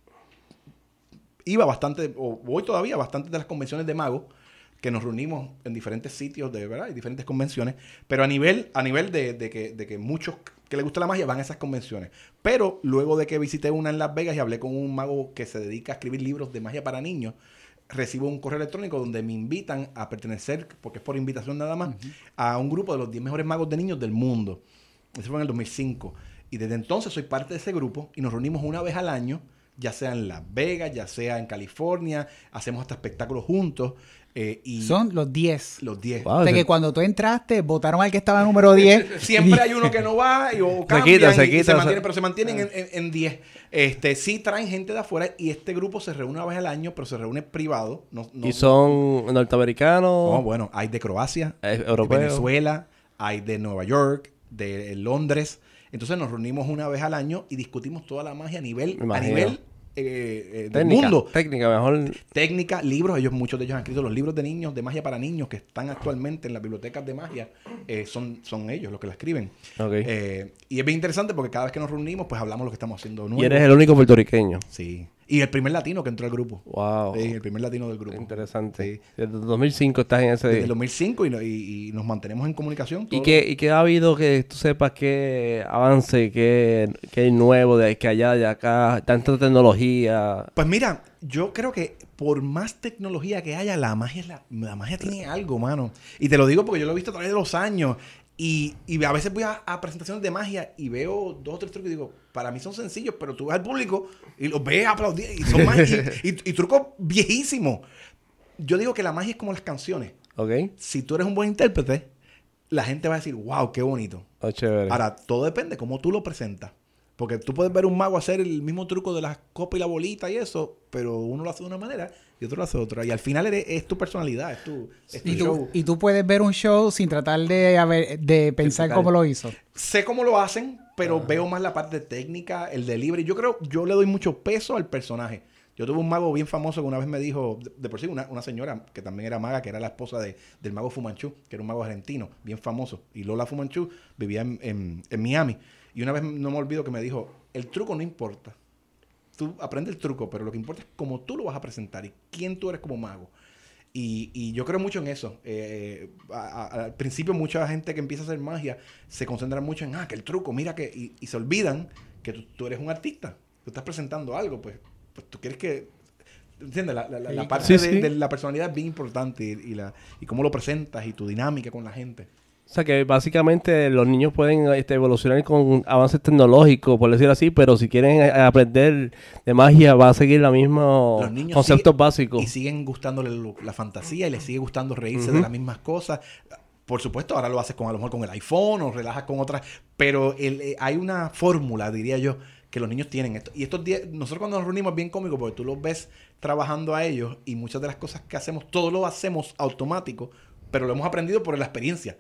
iba bastante, o voy todavía a bastantes de las convenciones de magos, que nos reunimos en diferentes sitios, de verdad, y diferentes convenciones, pero a nivel de que muchos que les gusta la magia van a esas convenciones. Pero luego de que visité una en Las Vegas y hablé con un mago que se dedica a escribir libros de magia para niños, recibo un correo electrónico donde me invitan a pertenecer, porque es por invitación nada más, a un grupo de los 10 mejores magos de niños del mundo. Eso fue en el 2005. Y desde entonces soy parte de ese grupo y nos reunimos una vez al año, ya sea en Las Vegas, ya sea en California, hacemos hasta espectáculos juntos. Y Son los 10. los 10. Wow. O sea que cuando tú entraste, votaron al que estaba número 10. Siempre hay uno que no va o cambian se y quita, se mantienen, pero se mantienen en 10. Sí traen gente de afuera y este grupo se reúne una vez al año, pero se reúne privado. ¿Y son norteamericanos? No, bueno, hay de Croacia, de europeos? Venezuela, hay de Nueva York, de Londres. Entonces nos reunimos una vez al año y discutimos toda la magia a nivel del mundo. Técnica, mejor. Técnica, libros, muchos de ellos han escrito los libros de niños, de magia para niños, que están actualmente en las bibliotecas de magia, son ellos los que la escriben. Okay. Y es bien interesante porque cada vez que nos reunimos, pues hablamos lo que estamos haciendo nuevo. Y eres el único puertorriqueño. Sí. Y el primer latino que entró al grupo. Wow. Sí, el primer latino del grupo. Interesante. Sí. Desde 2005 estás en ese... Desde el 2005 y nos mantenemos en comunicación. ¿Y qué ha habido que tú sepas qué avance, qué hay nuevo de que allá, de acá, tanta tecnología? Pues mira, yo creo que por más tecnología que haya, la magia tiene algo, mano. Y te lo digo porque yo lo he visto a través de los años. Y a veces voy a presentaciones de magia y veo 2 o 3 trucos y digo, para mí son sencillos, pero tú vas al público y los ves aplaudir y son y trucos viejísimos. Yo digo que la magia es como las canciones. Ok. Si tú eres un buen intérprete, la gente va a decir, wow, qué bonito. Oh, chévere. Ahora, todo depende de cómo tú lo presentas. Porque tú puedes ver un mago hacer el mismo truco de las copas y la bolita y eso, pero uno lo hace de una manera y otro lo hace de otra. Y al final es tu personalidad, es tu show. Y tú puedes ver un show sin tratar de pensar cómo lo hizo. Sé cómo lo hacen, pero veo más la parte técnica, el delivery. Yo le doy mucho peso al personaje. Yo tuve un mago bien famoso que una vez me dijo, de por sí, una señora que también era maga, que era la esposa del mago Fu Manchu, que era un mago argentino, bien famoso. Y Lola Fu Manchu vivía en Miami. Y una vez no me olvido que me dijo, el truco no importa. Tú aprendes el truco, pero lo que importa es cómo tú lo vas a presentar y quién tú eres como mago. Y yo creo mucho en eso. Al principio mucha gente que empieza a hacer magia se concentra mucho en, que el truco, mira que... Y se olvidan que tú eres un artista. Tú estás presentando algo, pues tú quieres que... ¿Entiendes? La parte de la personalidad es bien importante y cómo lo presentas y tu dinámica con la gente. O sea que básicamente los niños pueden evolucionar con avances tecnológicos, por decirlo así, pero si quieren aprender de magia va a seguir los mismos conceptos básicos. Y siguen gustándole la fantasía y les sigue gustando reírse de las mismas cosas. Por supuesto, ahora lo haces a lo mejor con el iPhone o relajas con otras, pero hay una fórmula, diría yo, que los niños tienen. Y estos días, nosotros cuando nos reunimos es bien cómico porque tú los ves trabajando a ellos y muchas de las cosas que hacemos, todo lo hacemos automático, pero lo hemos aprendido por la experiencia.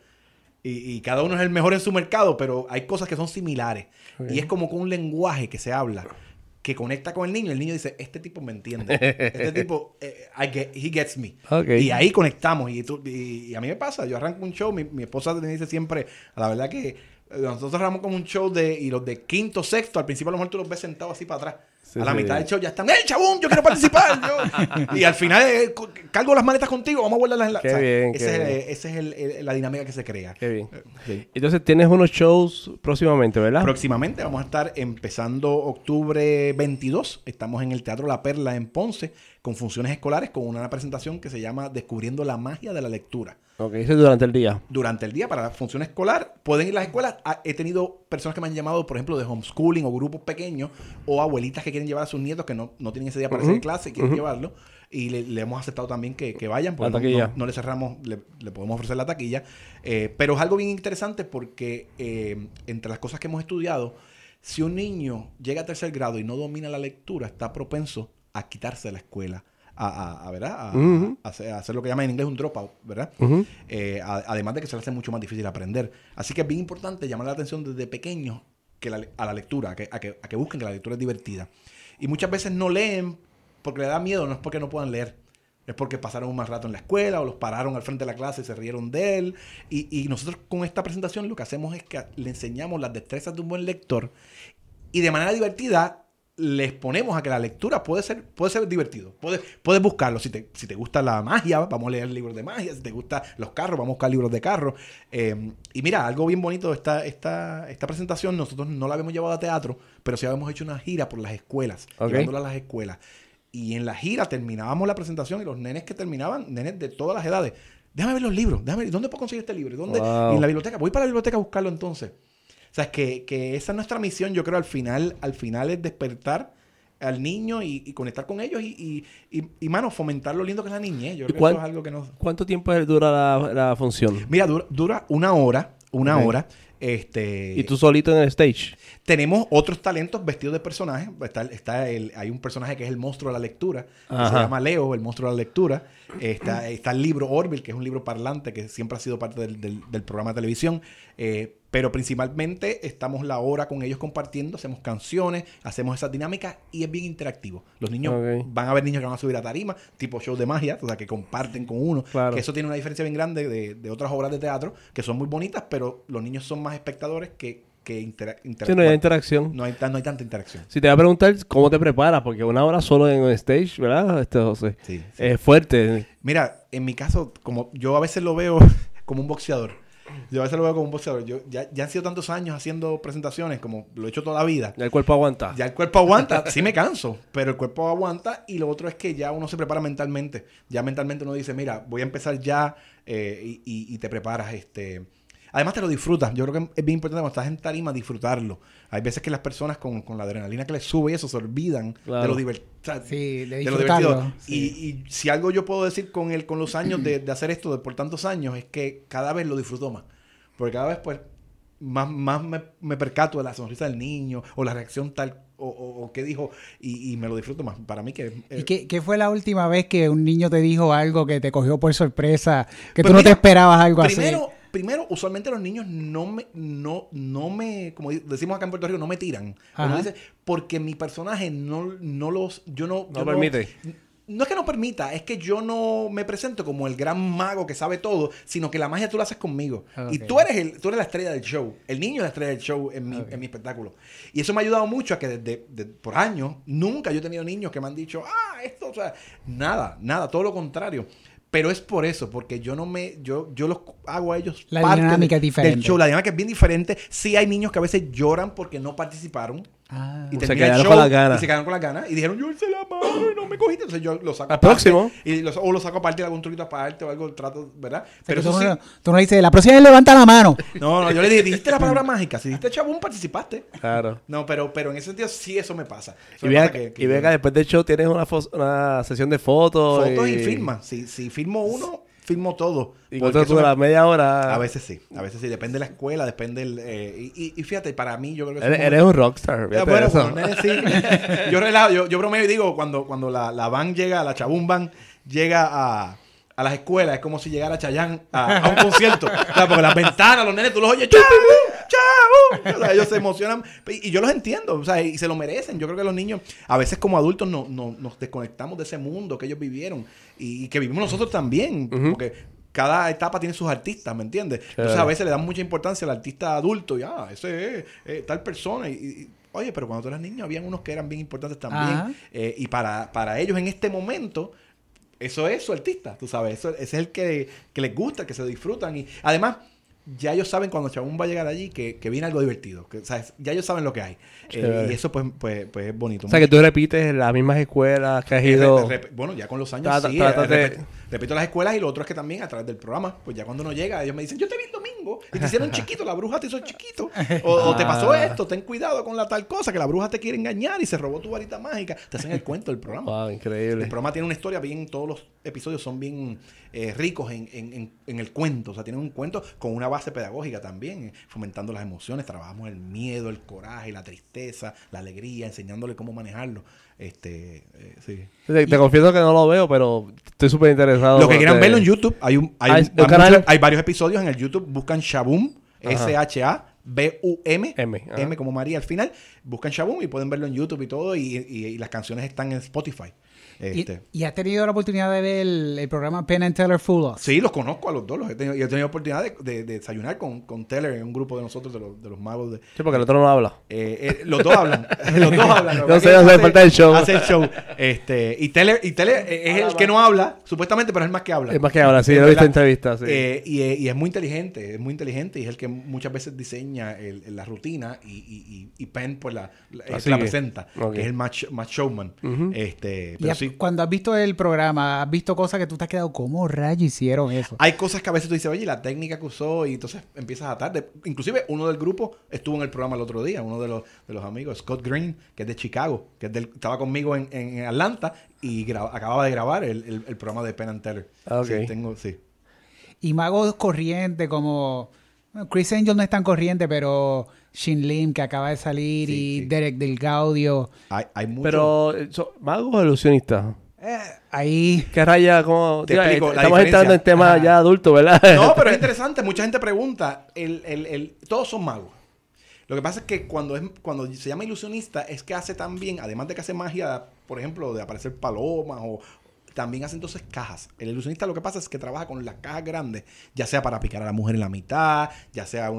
Y cada uno es el mejor en su mercado, pero hay cosas que son similares. Okay. Y es como con un lenguaje que se habla, que conecta con el niño. El niño dice, este tipo me entiende. Este tipo, he gets me. Okay. Y ahí conectamos. Y a mí me pasa. Yo arranco un show. Mi esposa me dice siempre, la verdad que nosotros arrancamos como un show y los de quinto, sexto, al principio a lo mejor tú los ves sentados así para atrás. Sí, a la mitad del show ya están, ¡hey, chabón! ¡Yo quiero participar! Y al final, cargo las maletas contigo, vamos a guardarlas en la... Qué bien, esa es la dinámica que se crea. Qué bien. Sí. Entonces, tienes unos shows próximamente, ¿verdad? Próximamente vamos a estar empezando octubre 22. Estamos en el Teatro La Perla en Ponce, con funciones escolares, con una presentación que se llama Descubriendo la magia de la lectura. Ok, eso es durante el día. Durante el día, para la función escolar, pueden ir a las escuelas. He tenido personas que me han llamado, por ejemplo, de homeschooling o grupos pequeños, o abuelitas que quieren llevar a sus nietos que no tienen ese día para hacer clase y quieren llevarlo. Y le hemos aceptado también que vayan, porque no le cerramos, le podemos ofrecer la taquilla. Pero es algo bien interesante porque entre las cosas que hemos estudiado, si un niño llega a 3er grado y no domina la lectura, está propenso a quitarse de la escuela. ¿Verdad? A hacer lo que llaman en inglés un dropout, ¿verdad? Además de que se le hace mucho más difícil aprender. Así que es bien importante llamar la atención desde pequeños a la lectura, a que busquen que la lectura es divertida. Y muchas veces no leen porque le da miedo, no es porque no puedan leer. Es porque pasaron un mal rato en la escuela o los pararon al frente de la clase y se rieron de él. Y nosotros con esta presentación lo que hacemos es que le enseñamos las destrezas de un buen lector y de manera divertida les ponemos a que la lectura puede ser divertido. Puedes buscarlo. Si te gusta la magia, vamos a leer libros de magia. Si te gustan los carros, vamos a buscar libros de carros. Y mira, algo bien bonito de esta presentación, nosotros no la habíamos llevado a teatro, pero sí habíamos hecho una gira por las escuelas, llevándola a las escuelas. Y en la gira terminábamos la presentación y los nenes que terminaban, nenes de todas las edades, déjame ver los libros, ¿dónde puedo conseguir este libro? ¿Dónde? Wow. Y en la biblioteca, voy para la biblioteca a buscarlo entonces. O sea, es que esa es nuestra misión, yo creo, al final es despertar al niño y conectar con ellos mano, fomentar lo lindo que es la niñez. Yo creo que eso es algo que no... ¿Cuánto tiempo dura la función? Mira, dura una hora. Okay. ¿Y tú solito en el stage? Tenemos otros talentos vestidos de personajes. Hay un personaje que es el monstruo de la lectura, que se llama Leo, el monstruo de la lectura. Está el libro Orville, que es un libro parlante que siempre ha sido parte del programa de televisión. Pero principalmente estamos la hora con ellos compartiendo, hacemos canciones, hacemos esas dinámicas y es bien interactivo. Los niños van a ver niños que van a subir a tarima, tipo show de magia, o sea, que comparten con uno. Claro. Que eso tiene una diferencia bien grande de otras obras de teatro, que son muy bonitas, pero los niños son más espectadores que interactúan. Sí, no hay interacción. No hay tanta interacción. Si te voy a preguntar cómo te preparas, porque una hora solo en el stage, ¿verdad, José? Sí. Es fuerte. Mira, en mi caso, como yo a veces lo veo como un boxeador. Yo a veces lo veo como un boxeador. Ya han sido tantos años haciendo presentaciones, como lo he hecho toda la vida. Ya el cuerpo aguanta. Ya el cuerpo aguanta. Sí me canso, pero el cuerpo aguanta. Y lo otro es que ya uno se prepara mentalmente. Ya mentalmente uno dice, mira, voy a empezar ya y te preparas. Además te lo disfrutas. Yo creo que es bien importante cuando estás en tarima disfrutarlo. Hay veces que las personas con la adrenalina que les sube y eso se olvidan de lo divertido. Sí, de disfrutarlo. Sí. Y si algo yo puedo decir con los años de hacer esto por tantos años es que cada vez lo disfruto más. Porque cada vez pues más me percato de la sonrisa del niño o la reacción tal o qué dijo y me lo disfruto más. Para mí que... ¿Y qué fue la última vez que un niño te dijo algo que te cogió por sorpresa? Que pues tú no te esperabas algo así. Primero, usualmente los niños no me, como decimos acá en Puerto Rico, no me tiran. Uno dice, porque mi personaje no permite. No es que no permita, es que yo no me presento como el gran mago que sabe todo, sino que la magia tú la haces conmigo. Okay. Y tú eres la estrella del show. El niño es la estrella del show en mi espectáculo. Y eso me ha ayudado mucho a que por años, nunca yo he tenido niños que me han dicho, esto, o sea, nada, todo lo contrario. Pero es por eso, porque yo los hago a ellos la parte dinámica es diferente. Del show. La dinámica es bien diferente. Sí hay niños que a veces lloran porque no participaron. Y se quedaron con las ganas. Y se quedaron con las ganas. Y dijeron, yo hice la mano y no me cogiste. Entonces yo lo saco al próximo. O lo saco aparte de algún truquito aparte o algo, trato, ¿verdad? Pero tú no le dices, la próxima vez levanta la mano. No, yo le dije, dijiste la palabra mágica. Si dijiste chabón, participaste. Claro. No, pero en ese sentido sí eso me pasa. Y venga, después del show tienes una sesión de fotos. Fotos y firmas. Si firmo uno... filmo todo. ¿Y cuánto dura? ¿Media hora? A veces sí. Depende de la escuela, depende y fíjate, para mí yo creo que... Eres un rockstar. Bueno, sí. Yo bromeo y digo, cuando la van llega, la Chabún van, llega a las escuelas, es como si llegara Chayanne a un concierto. O sea, porque las ventanas, los nenes, tú los oyes, ¡Chabú! ¡Chabú! O sea, ellos se emocionan. Y yo los entiendo, o sea, y se lo merecen. Yo creo que los niños, a veces como adultos, nos desconectamos de ese mundo que ellos vivieron y que vivimos nosotros también. Porque cada etapa tiene sus artistas, ¿me entiendes? Entonces, a veces le dan mucha importancia al artista adulto. Y, ese es tal persona. Oye, pero cuando tú eras niño, habían unos que eran bien importantes también. Y para ellos en este momento... Eso es su artista, tú sabes. Ese es el que les gusta, que se disfrutan. Y además, ya ellos saben cuando Chabún va a llegar allí que viene algo divertido. ¿Sabes? Ya ellos saben lo que hay. Y eso pues es bonito. O sea, que tú repites las mismas escuelas que has ido... Bueno, ya con los años sí. Repito las escuelas y lo otro es que también a través del programa, pues ya cuando uno llega, ellos me dicen, yo te vi el domingo y te hicieron chiquito, la bruja te hizo chiquito. O te pasó esto, ten cuidado con la tal cosa, que la bruja te quiere engañar y se robó tu varita mágica. Te hacen el cuento del programa. Wow, increíble. El programa tiene una historia bien, todos los episodios son bien ricos en el cuento. O sea, tienen un cuento con una base pedagógica también, fomentando las emociones. Trabajamos el miedo, el coraje, la tristeza, la alegría, enseñándole cómo manejarlo. Sí. Te confieso que no lo veo, pero estoy súper interesado. Lo que quieran verlo en YouTube, hay varios episodios en el YouTube. Buscan Shabum, S-H-A-B-U-M, M como María al final. Buscan Shabum y pueden verlo en YouTube y todo. Y las canciones están en Spotify. ¿Y has tenido la oportunidad de ver el programa Penn and Teller Fool Us? Sí, los conozco a los dos. He tenido oportunidad de desayunar con Teller en un grupo de nosotros, de los magos. Sí, porque el otro no habla. Los dos hablan. No sé, hace falta el show. Hace el show. Y Teller es el que no habla, supuestamente, pero es el más que habla. Es más que habla, sí. Yo lo he visto en entrevistas, sí. Y es muy inteligente. Y es el que muchas veces diseña la rutina y Penn pues la presenta. Okay. Que es el match showman. Pero sí. Cuando has visto el programa, has visto cosas que tú te has quedado, ¿cómo rayos hicieron eso? Hay cosas que a veces tú dices, oye, la técnica que usó, y entonces empiezas a atar. Inclusive, uno del grupo estuvo en el programa el otro día, uno de los amigos, Scott Green, que es de Chicago, que estaba conmigo en Atlanta y acababa de grabar el programa de Penn and Teller. Okay. Sí. Y magos corrientes como... Bueno, Chris Angel no es tan corriente, pero Shin Lim, que acaba de salir, y Derek Del Gaudio. Hay mucho... Pero, ¿magos o ilusionistas? Ahí... ¿Qué raya? ¿Cómo? Te explico la estamos entrando en temas Ajá. ya adultos, ¿verdad? No, pero es interesante. Mucha gente pregunta. Todos son magos. Lo que pasa es que cuando se llama ilusionista es que hace también, además de que hace magia, por ejemplo, de aparecer palomas o... También hace entonces cajas. El ilusionista lo que pasa es que trabaja con las cajas grandes, ya sea para picar a la mujer en la mitad, ya sea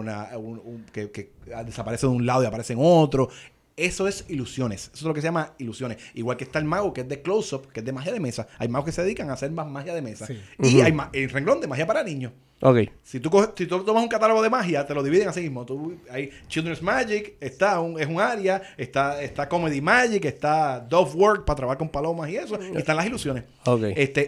que desaparece de un lado y aparece en otro. Eso es ilusiones. Eso es lo que se llama ilusiones. Igual que está el mago que es de close-up, que es de magia de mesa. Hay magos que se dedican a hacer más magia de mesa. Sí. Y hay el renglón de magia para niños. Ok. Si tú tomas un catálogo de magia, te lo dividen así mismo. Hay Children's Magic, es un área, está Comedy Magic, está Dove Work para trabajar con palomas y eso, y están las ilusiones. Ok.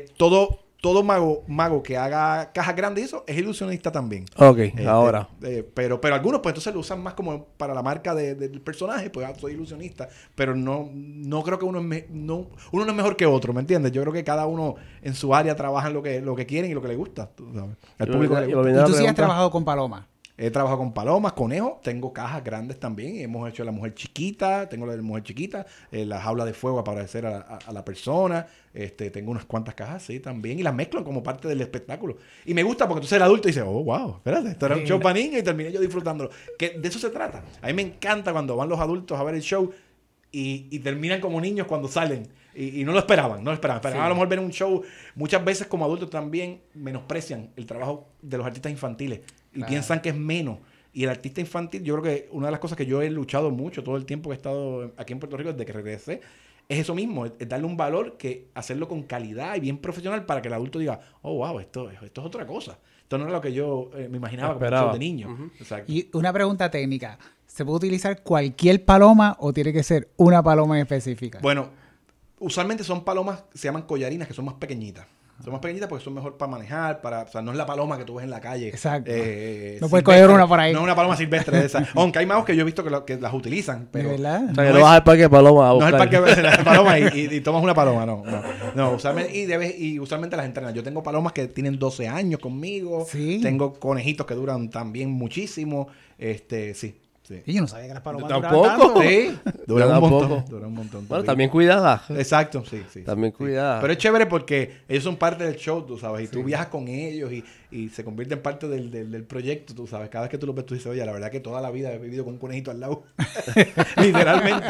Todo mago que haga cajas grandes y eso es ilusionista también. Ok, ahora. Pero algunos pues entonces lo usan más como para la marca del personaje, pues soy ilusionista, pero no creo que uno no es mejor que otro, ¿me entiendes? Yo creo que cada uno en su área trabaja en lo que quieren y lo que les gusta, tú sabes. Al público le gusta. ¿Y tú sí has trabajado con palomas? He trabajado con palomas, conejos, tengo cajas grandes también. Hemos hecho la mujer chiquita, tengo la de la mujer chiquita, la jaula de fuego para parecer a la persona. Tengo unas cuantas cajas, sí, también. Y las mezclo como parte del espectáculo. Y me gusta porque tú eres adulto y dices, oh, wow, espérate, esto era un show para niños y terminé yo disfrutándolo. Que de eso se trata. A mí me encanta cuando van los adultos a ver el show y terminan como niños cuando salen. Y no lo esperaban. Esperaban a lo mejor ver un show. Muchas veces como adultos también menosprecian el trabajo de los artistas infantiles. Y piensan que es menos. Y el artista infantil, yo creo que una de las cosas que yo he luchado mucho todo el tiempo que he estado aquí en Puerto Rico, desde que regresé, es eso mismo, es darle un valor, que hacerlo con calidad y bien profesional para que el adulto diga, oh, wow, esto es otra cosa. Esto no era lo que yo me imaginaba como un show de niño. Uh-huh. Exacto. Y una pregunta técnica. ¿Se puede utilizar cualquier paloma o tiene que ser una paloma en específica? Bueno, usualmente son palomas, se llaman collarinas, que son más pequeñitas. Son más pequeñitas porque son mejor para manejar, o sea, no es la paloma que tú ves en la calle. Exacto. No puedes coger una por ahí. No es una paloma silvestre de esa. Aunque hay magos que yo he visto que las utilizan. Pero ¿De verdad? O sea, que no vas al parque de paloma a no es buscar. el parque de paloma y tomas una paloma, no. Usualmente, y usualmente las entrenan. Yo tengo palomas que tienen 12 años conmigo. Sí. Tengo conejitos que duran también muchísimo. Sí. Y yo no sabía que las palomas Tampoco. duraban tanto. Sí, duran un montón. Duran un montón. Bueno, también cuidada. Exacto, sí. También cuidada. Pero es chévere porque ellos son parte del show, tú sabes, y tú viajas con ellos y se convierten en parte del proyecto, tú sabes. Cada vez que tú los ves, tú dices, oye, la verdad que toda la vida he vivido con un conejito al lado. Literalmente.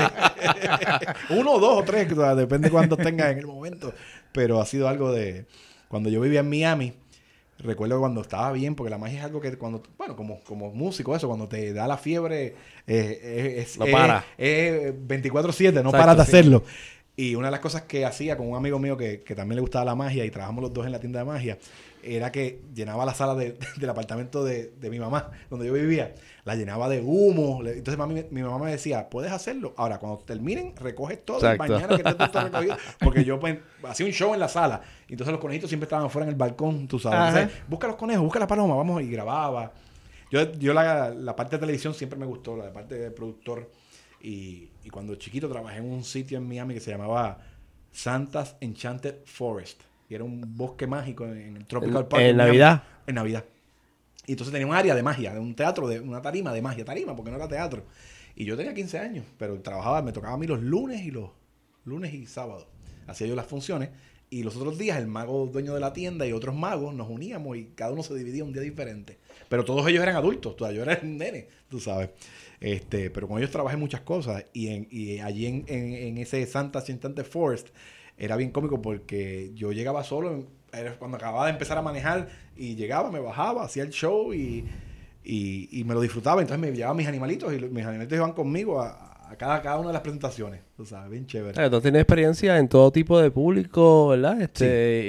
Uno, dos o tres, o sea, depende de cuántos tengas en el momento. Pero ha sido algo de... Cuando yo vivía en Miami, recuerdo cuando estaba bien, porque la magia es algo que cuando... Bueno, como músico, eso, cuando te da la fiebre... no para. 24/7, no Exacto, paras de sí. hacerlo. Y una de las cosas que hacía con un amigo mío que también le gustaba la magia y trabajamos los dos en la tienda de magia, era que llenaba la sala del apartamento de mi mamá, donde yo vivía, la llenaba de humo. Entonces mi mamá me decía, ¿puedes hacerlo? Ahora, cuando terminen, recoges todo. Exacto. Mañana que esté todo recogido. Porque yo pues, hacía un show en la sala. Y entonces los conejitos siempre estaban afuera en el balcón, tú sabes. Entonces, busca los conejos, busca la paloma, vamos, y grababa. Yo la parte de televisión siempre me gustó, la parte de productor. Y cuando chiquito trabajé en un sitio en Miami que se llamaba Santa's Enchanted Forest. Y era un bosque mágico en el Tropical Park. ¿En Miami. Navidad? En Navidad. Y entonces tenía un área de magia, de un teatro, de una tarima de magia. Tarima, porque no era teatro. Y yo tenía 15 años, pero me tocaba a mí los lunes y sábados. Hacía yo las funciones. Y los otros días el mago dueño de la tienda y otros magos nos uníamos y cada uno se dividía un día diferente. Pero todos ellos eran adultos, yo era un nene, tú sabes. Pero con ellos trabajé muchas cosas. Y allí en ese Santa's Enchanted Forest era bien cómico porque yo llegaba solo, era cuando acababa de empezar a manejar, y llegaba, me bajaba, hacía el show y me lo disfrutaba. Entonces me llevaba mis animalitos y mis animalitos iban conmigo a cada una de las presentaciones. Tú sabes, bien chévere. Tú tienes experiencia en todo tipo de público, ¿verdad? Sí.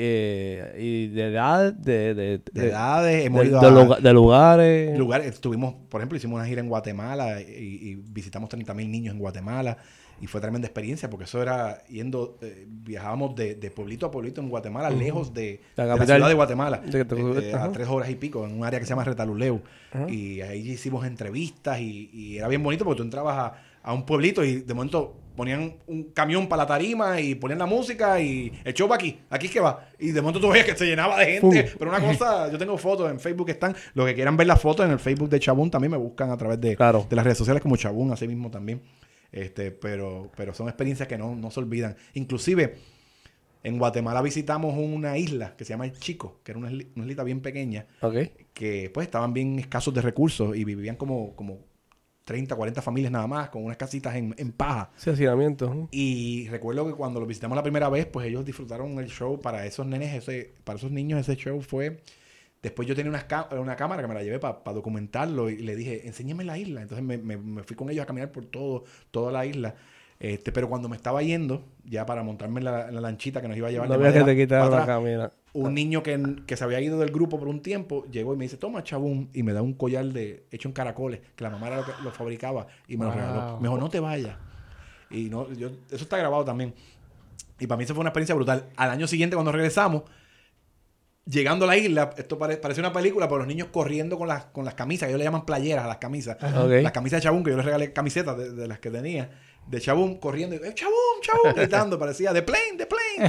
Y de edad, De edades, hemos de, ido de a lugar- de lugares. estuvimos, por ejemplo, hicimos una gira en Guatemala y visitamos 30,000 niños en Guatemala. y fue tremenda experiencia porque eso era viajábamos de pueblito a pueblito en Guatemala, lejos de la ciudad de Guatemala, a 3 horas y pico, en un área que se llama Retaluleu. Y ahí hicimos entrevistas y era bien bonito porque tú entrabas a un pueblito y de momento ponían un camión para la tarima y ponían la música y el show va aquí es que va. Y de momento tú veías que se llenaba de gente. Pero una cosa, yo tengo fotos en Facebook que están, los que quieran ver las fotos en el Facebook de Chabún también me buscan a través de las redes sociales como Chabún, así mismo también. Pero son experiencias que no se olvidan. Inclusive, en Guatemala visitamos una isla que se llama El Chico, que era una islita bien pequeña, que pues estaban bien escasos de recursos y vivían como 30, 40 familias nada más, con unas casitas en paja. Sí, hacinamiento. Y recuerdo que cuando lo visitamos la primera vez, pues ellos disfrutaron el show. Para esos nenes, para esos niños, ese show fue... Después yo tenía una cámara que me la llevé para documentarlo y le dije, enséñame la isla. Entonces me fui con ellos a caminar por toda la isla. Pero cuando me estaba yendo, ya para montarme en la lanchita que nos iba a llevar... No había que te quitaran la camina. Un niño que se había ido del grupo por un tiempo, llegó y me dice, toma, Chabún, y me da un collar hecho en caracoles, que la mamá era lo fabricaba, y me lo regaló. Me dijo, no te vayas. Y eso está grabado también. Y para mí eso fue una experiencia brutal. Al año siguiente, cuando regresamos, llegando a la isla, esto parece una película, pero los niños corriendo con las camisas, que ellos le llaman playeras a las camisas. Las camisas de Chabún, que yo les regalé camisetas de las que tenía, de Chabún, corriendo, Chabún, gritando, parecía, The Plane.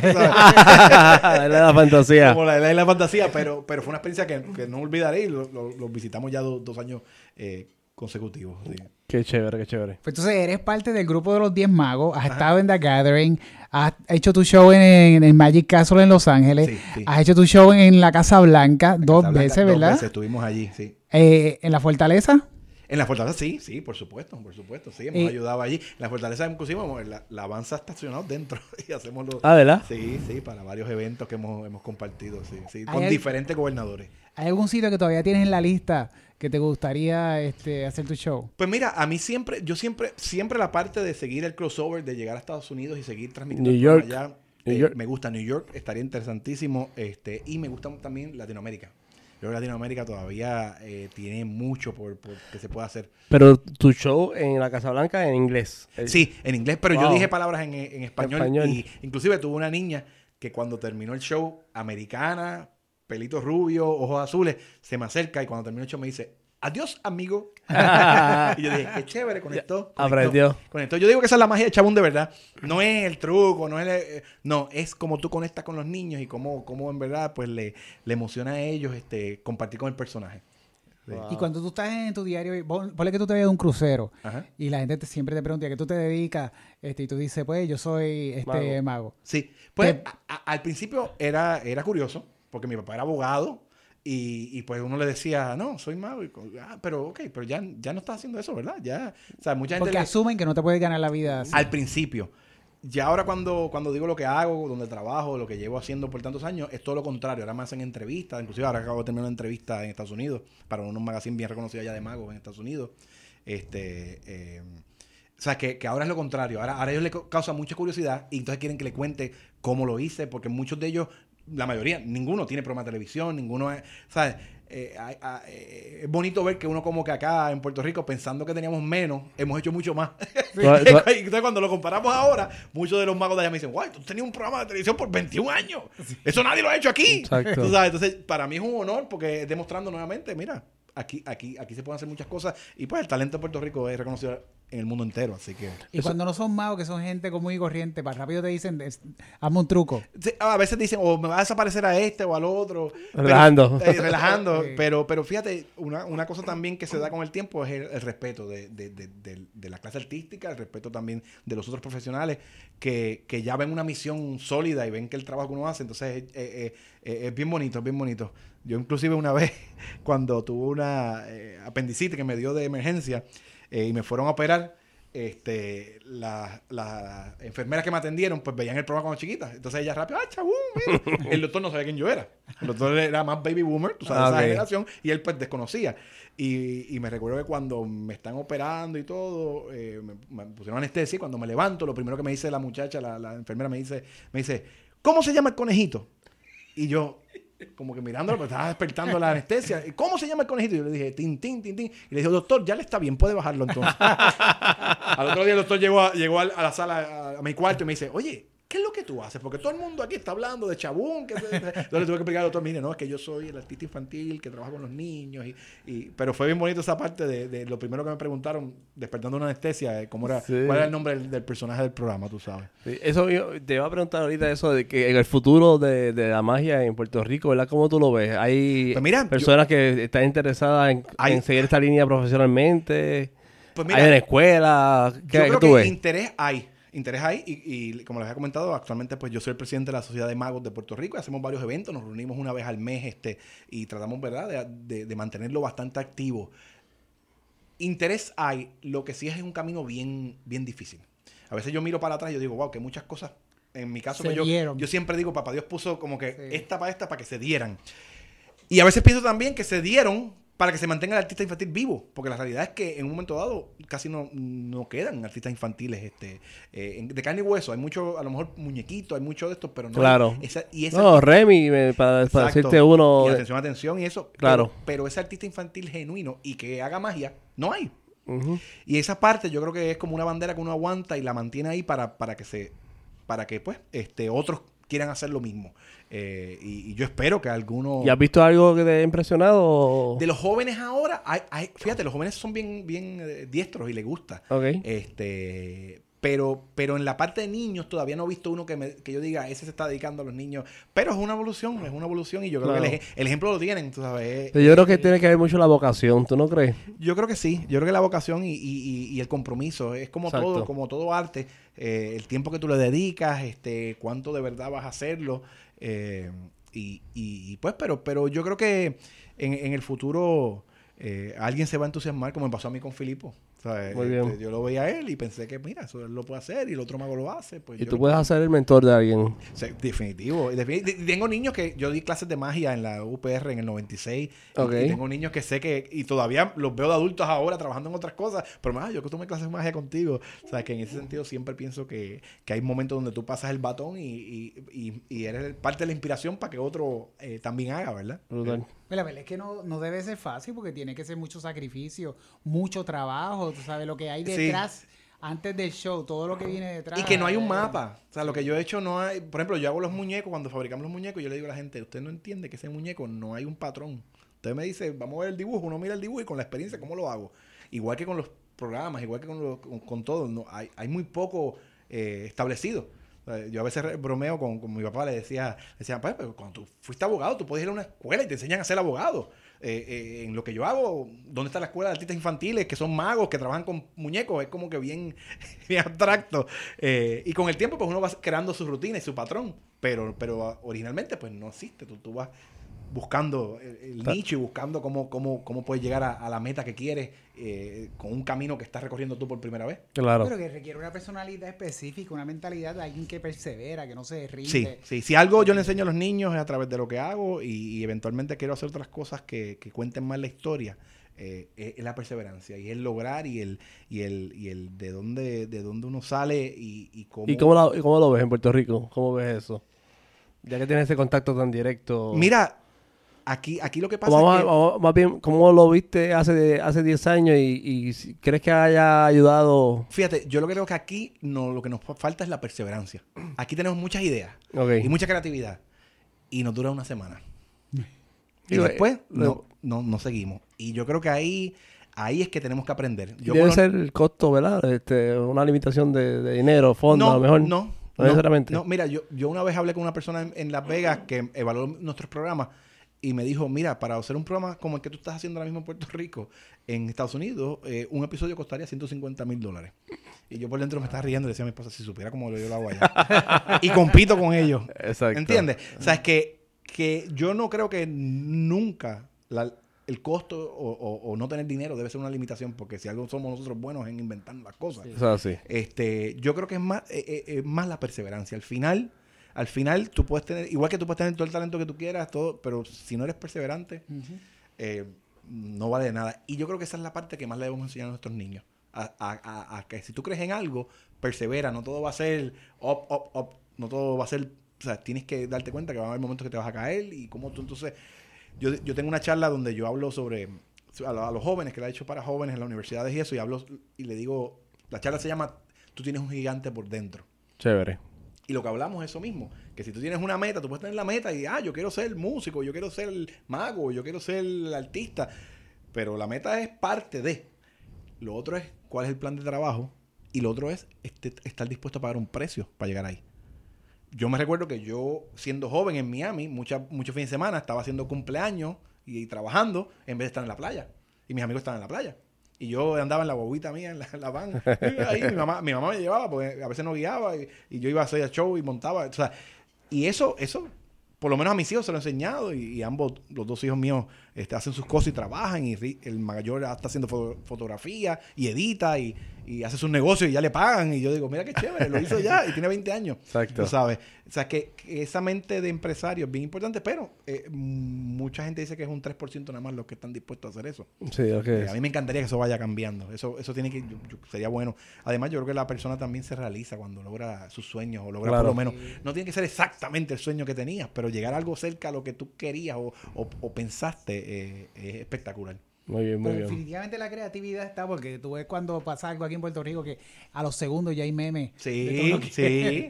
Era la fantasía. Como la fantasía, pero fue una experiencia que no olvidaré y lo visitamos ya 2 años consecutivos. Sí. Qué chévere. Pues entonces eres parte del grupo de los 10 magos, has estado en The Gathering, has hecho tu show en el Magic Castle en Los Ángeles, has hecho tu show en la Casa Blanca 2 veces, ¿verdad? 2 veces estuvimos allí, sí. ¿En la Fortaleza? En la Fortaleza sí, por supuesto, sí, hemos ayudado allí. En la Fortaleza inclusive la avanza estacionado dentro y hacemos los... ¿verdad? Sí, para varios eventos que hemos compartido, sí, con diferentes gobernadores. ¿Hay algún sitio que todavía tienes en la lista que te gustaría hacer tu show? Pues mira, a mí siempre la parte de seguir el crossover, de llegar a Estados Unidos y seguir transmitiendo New York. allá, me gusta New York, estaría interesantísimo, y me gusta también Latinoamérica. Yo creo que Latinoamérica todavía tiene mucho por que se pueda hacer. Pero tu show en la Casa Blanca en inglés. Sí, en inglés, pero yo dije palabras en español. Y inclusive tuve una niña que cuando terminó el show, americana, pelito rubio, ojos azules, se me acerca y cuando terminó el show me dice, adiós, amigo. Y yo dije, qué chévere, conectó. Aprendió. Yo digo que esa es la magia de Chabún de verdad. No es el truco, no, es como tú conectas con los niños y cómo en verdad pues le emociona a ellos compartir con el personaje. Sí. Wow. Y cuando tú estás en tu diario, ponle que tú te vayas de un crucero y la gente siempre te pregunta ¿a qué tú te dedicas? Y tú dices, pues yo soy mago. Sí, pues al principio era curioso porque mi papá era abogado. Y pues uno le decía, no, soy mago. Pero ya no estás haciendo eso, ¿verdad? Ya, o sea, mucha gente porque asumen que no te puedes ganar la vida así. Al principio. Ya ahora cuando digo lo que hago, donde trabajo, lo que llevo haciendo por tantos años, es todo lo contrario. Ahora me hacen entrevistas. Inclusive ahora acabo de terminar una entrevista en Estados Unidos para unos magazines bien reconocidos allá de magos en Estados Unidos. O sea, que ahora es lo contrario. Ahora a ellos les causa mucha curiosidad y entonces quieren que le cuente cómo lo hice, porque muchos de ellos, la mayoría, ninguno tiene programa de televisión, ninguno es, ¿sabes? Es bonito ver que uno como que acá en Puerto Rico, pensando que teníamos menos, hemos hecho mucho más. Entonces cuando lo comparamos ahora, muchos de los magos de allá me dicen, guay, tú tenías un programa de televisión por 21 años. Eso nadie lo ha hecho aquí. Exacto. ¿Tú sabes? Entonces, para mí es un honor porque es demostrando nuevamente, mira, aquí se pueden hacer muchas cosas y pues el talento de Puerto Rico es reconocido en el mundo entero, así que... Y cuando no son magos, que son gente común y corriente, para rápido te dicen, hazme un truco. Sí, a veces dicen, o me vas a desaparecer a este o al otro. Relajando. Relajando. Pero fíjate, una cosa también que se da con el tiempo es el respeto de la clase artística, el respeto también de los otros profesionales que ya ven una misión sólida y ven que el trabajo que uno hace, entonces es bien bonito, es bien bonito. Yo inclusive una vez, cuando tuve una apendicitis que me dio de emergencia, y me fueron a operar, las enfermeras que me atendieron pues veían el programa cuando chiquitas. Entonces ella rápido, Chabún, mira. El doctor no sabía quién yo era. El doctor era más baby boomer, tú sabes, esa generación, y él pues desconocía. Y me recuerdo que cuando me están operando y todo, me pusieron anestesia y cuando me levanto, lo primero que me dice la muchacha, la enfermera me dice, ¿cómo se llama el conejito? Y yo, como que mirándolo, pero estaba despertando la anestesia. ¿Cómo se llama el conejito? Y yo le dije, tin, tin, tin, tin. Y le dije, doctor, ya le está bien, puede bajarlo entonces. Al otro día el doctor llegó a la sala, a mi cuarto y me dice, oye, ¿qué es lo que tú haces? Porque todo el mundo aquí está hablando de Chabún. Entonces le tuve que explicar al doctor, mire, no, es que yo soy el artista infantil que trabaja con los niños. Pero fue bien bonito esa parte de lo primero que me preguntaron, despertando una anestesia, cómo era, cuál era el nombre del personaje del programa, tú sabes. Sí, eso yo te iba a preguntar ahorita eso de que en el futuro de la magia en Puerto Rico, ¿verdad? ¿Cómo tú lo ves? ¿Hay Pues mira, personas que están interesadas en seguir esta línea profesionalmente? Pues mira, ¿Hay en escuela? Yo ¿Qué creo tú que ves? interés hay y como les había comentado, actualmente pues yo soy el presidente de la Sociedad de Magos de Puerto Rico y hacemos varios eventos, nos reunimos una vez al mes y tratamos, ¿verdad?, de mantenerlo bastante activo. Interés hay, lo que sí es un camino bien, bien difícil. A veces yo miro para atrás y yo digo, wow, que muchas cosas, en mi caso, pues yo siempre digo, papá Dios puso como que esta para que se dieran. Y a veces pienso también que se dieron para que se mantenga el artista infantil vivo, porque la realidad es que en un momento dado casi no quedan artistas infantiles de carne y hueso. Hay mucho, a lo mejor muñequitos, hay mucho de estos, pero no. Claro. No, Remy, para decirte uno. Y atención y eso. Claro. Pero ese artista infantil genuino y que haga magia, no hay. Uh-huh. Y esa parte yo creo que es como una bandera que uno aguanta y la mantiene ahí para que pues otros quieran hacer lo mismo. Y yo espero que algunos... ¿Y has visto algo que te ha impresionado? De los jóvenes ahora, fíjate, los jóvenes son bien diestros y les gusta. Okay. Pero en la parte de niños todavía no he visto uno que yo diga, ese se está dedicando a los niños. Pero es una evolución y yo creo que el ejemplo lo tienen, tú sabes. Yo creo que tiene que ver mucho la vocación, ¿tú no crees? Yo creo que sí, yo creo que la vocación y el compromiso es como todo arte, el tiempo que tú le dedicas, cuánto de verdad vas a hacerlo, pues, pero yo creo que en el futuro alguien se va a entusiasmar como me pasó a mí con Filipo. Muy bien. Yo lo veía a él y pensé que, mira, eso él lo puede hacer y el otro mago lo hace. Pues y tú puedes hacer el mentor de alguien. Sí, definitivo. Tengo niños que yo di clases de magia en la UPR en el 96. Okay. Y tengo niños que sé que, y todavía los veo de adultos ahora trabajando en otras cosas. Pero yo que tomé clases de magia contigo. O sea, que en ese sentido siempre pienso que hay momentos donde tú pasas el batón y eres parte de la inspiración para que otro también haga, ¿verdad? Pues la verdad es que no debe ser fácil porque tiene que ser mucho sacrificio, mucho trabajo, tú sabes lo que hay detrás. Sí. Antes del show, todo lo que viene detrás. Y que no hay un mapa. O sea, lo que yo he hecho no hay... Por ejemplo, yo hago los muñecos, cuando fabricamos los muñecos, yo le digo a la gente, usted no entiende que ese muñeco no hay un patrón. Usted me dice, vamos a ver el dibujo, uno mira el dibujo y con la experiencia, ¿cómo lo hago? Igual que con los programas, igual que con todo, hay muy poco establecido. Yo a veces bromeo con mi papá, le decía, papá, pero cuando tú fuiste abogado, tú puedes ir a una escuela y te enseñan a ser abogado. En lo que yo hago, ¿dónde está la escuela de artistas infantiles que son magos, que trabajan con muñecos? Es como que bien abstracto. Y con el tiempo, pues uno va creando su rutina y su patrón. Pero originalmente, pues no existe. Tú vas buscando el nicho y buscando cómo puedes llegar a la meta que quieres con un camino que estás recorriendo tú por primera vez. Claro. Pero que requiere una personalidad específica, una mentalidad de alguien que persevera, que no se rinde. Sí. Si algo yo le enseño a los niños es a través de lo que hago y eventualmente quiero hacer otras cosas que cuenten más la historia, es la perseverancia y el lograr y el de dónde uno sale y cómo... ¿Y cómo lo ves en Puerto Rico? ¿Cómo ves eso? Ya que tienes ese contacto tan directo. Mira, aquí lo que pasa es que... Más bien, ¿cómo lo viste hace 10 años y crees que haya ayudado? Fíjate, yo lo que creo que aquí lo que nos falta es la perseverancia. Aquí tenemos muchas ideas y mucha creatividad y nos dura una semana. Y después no seguimos. Y yo creo que ahí es que tenemos que aprender. Debe ser el costo, ¿verdad? Una limitación de dinero, fondos, a lo mejor. No necesariamente. No, mira, yo una vez hablé con una persona en Las Vegas que evaluó nuestros programas y me dijo, mira, para hacer un programa como el que tú estás haciendo ahora mismo en Puerto Rico, en Estados Unidos, un episodio costaría $150,000. Y yo por dentro me estaba riendo y le decía a mi esposa, si supiera cómo yo lo hago allá. Y compito con ellos. Exacto. ¿Entiendes? O sea, es que yo no creo que nunca el costo o no tener dinero debe ser una limitación, porque si algo somos nosotros buenos en inventar las cosas. Sí. Yo creo que es más la perseverancia. Al final tú puedes tener, igual que tú puedes tener todo el talento que tú quieras, todo, pero si no eres perseverante, no vale de nada. Y yo creo que esa es la parte que más le debemos enseñar a nuestros niños. A que si tú crees en algo, persevera. No todo va a ser up, no todo va a ser sea, tienes que darte cuenta que van a haber momentos que te vas a caer y cómo tú entonces... Yo tengo una charla donde yo hablo sobre... A los jóvenes, que la he hecho para jóvenes en las universidades y eso, y hablo y le digo... La charla se llama Tú tienes un gigante por dentro. Chévere. Y lo que hablamos es eso mismo. Que si tú tienes una meta, tú puedes tener la meta y... yo quiero ser músico, yo quiero ser mago, yo quiero ser artista. Pero la meta es parte de... Lo otro es cuál es el plan de trabajo. Y lo otro es estar dispuesto a pagar un precio para llegar ahí. Yo me recuerdo que yo, siendo joven en Miami, muchos fines de semana, estaba haciendo cumpleaños y trabajando en vez de estar en la playa. Y mis amigos estaban en la playa. Y yo andaba en la bobita mía, en la van. Y ahí mi mamá me llevaba, porque a veces no guiaba. Y yo iba a hacer show y montaba. O sea, y eso, por lo menos a mis hijos se lo he enseñado. Y ambos, los dos hijos míos, hacen sus cosas y trabajan. Y el mayor está haciendo fotografía y edita y hace sus negocios y ya le pagan. Y yo digo, mira qué chévere, lo hizo ya y tiene 20 años. Exacto. Tú sabes. O sea, que esa mente de empresario es bien importante, pero mucha gente dice que es un 3% nada más los que están dispuestos a hacer eso. Sí, okay. A mí me encantaría que eso vaya cambiando. Eso tiene que... sería bueno. Además, yo creo que la persona también se realiza cuando logra sus sueños o logra por lo menos... No tiene que ser exactamente el sueño que tenías, pero llegar a algo cerca a lo que tú querías o pensaste es espectacular. Muy bien, muy bien. Definitivamente la creatividad está, porque tú ves cuando pasa algo aquí en Puerto Rico que a los segundos ya hay memes. Sí, sí.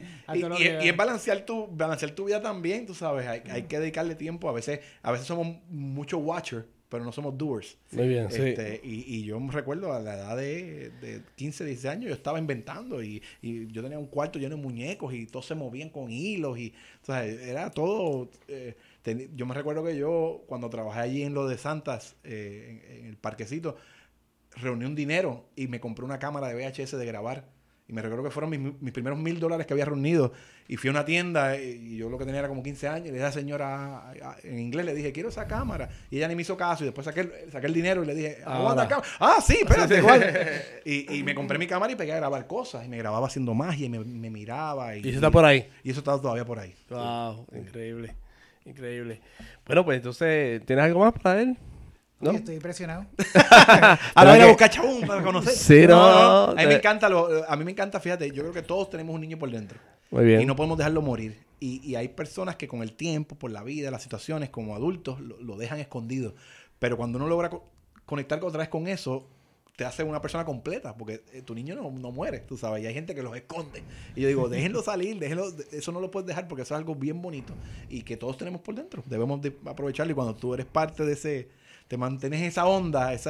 Y es balancear tu vida también, tú sabes. Hay que dedicarle tiempo. A veces somos muchos watchers, pero no somos doers. Muy bien, sí. Y yo me recuerdo a la edad de 15, 16 años, yo estaba inventando y yo tenía un cuarto lleno de muñecos y todos se movían con hilos y, o sea, era todo... yo me recuerdo que yo, cuando trabajé allí en lo de Santas, en el parquecito, reuní un dinero y me compré una cámara de VHS de grabar. Y me recuerdo que fueron mis primeros $1,000 que había reunido. Y fui a una tienda y yo lo que tenía era como 15 años. Y le dije a la señora, en inglés, le dije, quiero esa cámara. Y ella ni me hizo caso. Y después saqué el dinero y le dije, aguanta cámara. Ah, sí, espérate, igual. Y me compré mi cámara y pegué a grabar cosas. Y me grababa haciendo magia y me miraba. ¿Y eso está por ahí? Y eso está todavía por ahí. Wow, sí. Increíble. Increíble. Bueno, pues entonces, ¿tienes algo más para él? ¿No? Sí, estoy impresionado. Ahora voy a buscar Chabún para conocer. Sí, no. A mí me encanta, fíjate, yo creo que todos tenemos un niño por dentro. Muy bien. Y no podemos dejarlo morir. Y hay personas que con el tiempo, por la vida, las situaciones, como adultos, lo dejan escondido. Pero cuando uno logra conectar otra vez con eso, te hace una persona completa, porque tu niño no muere, tú sabes, y hay gente que los esconde. Y yo digo, déjenlo salir, eso no lo puedes dejar porque eso es algo bien bonito y que todos tenemos por dentro. Debemos de aprovecharlo y cuando tú eres parte de ese, te mantienes esa onda, es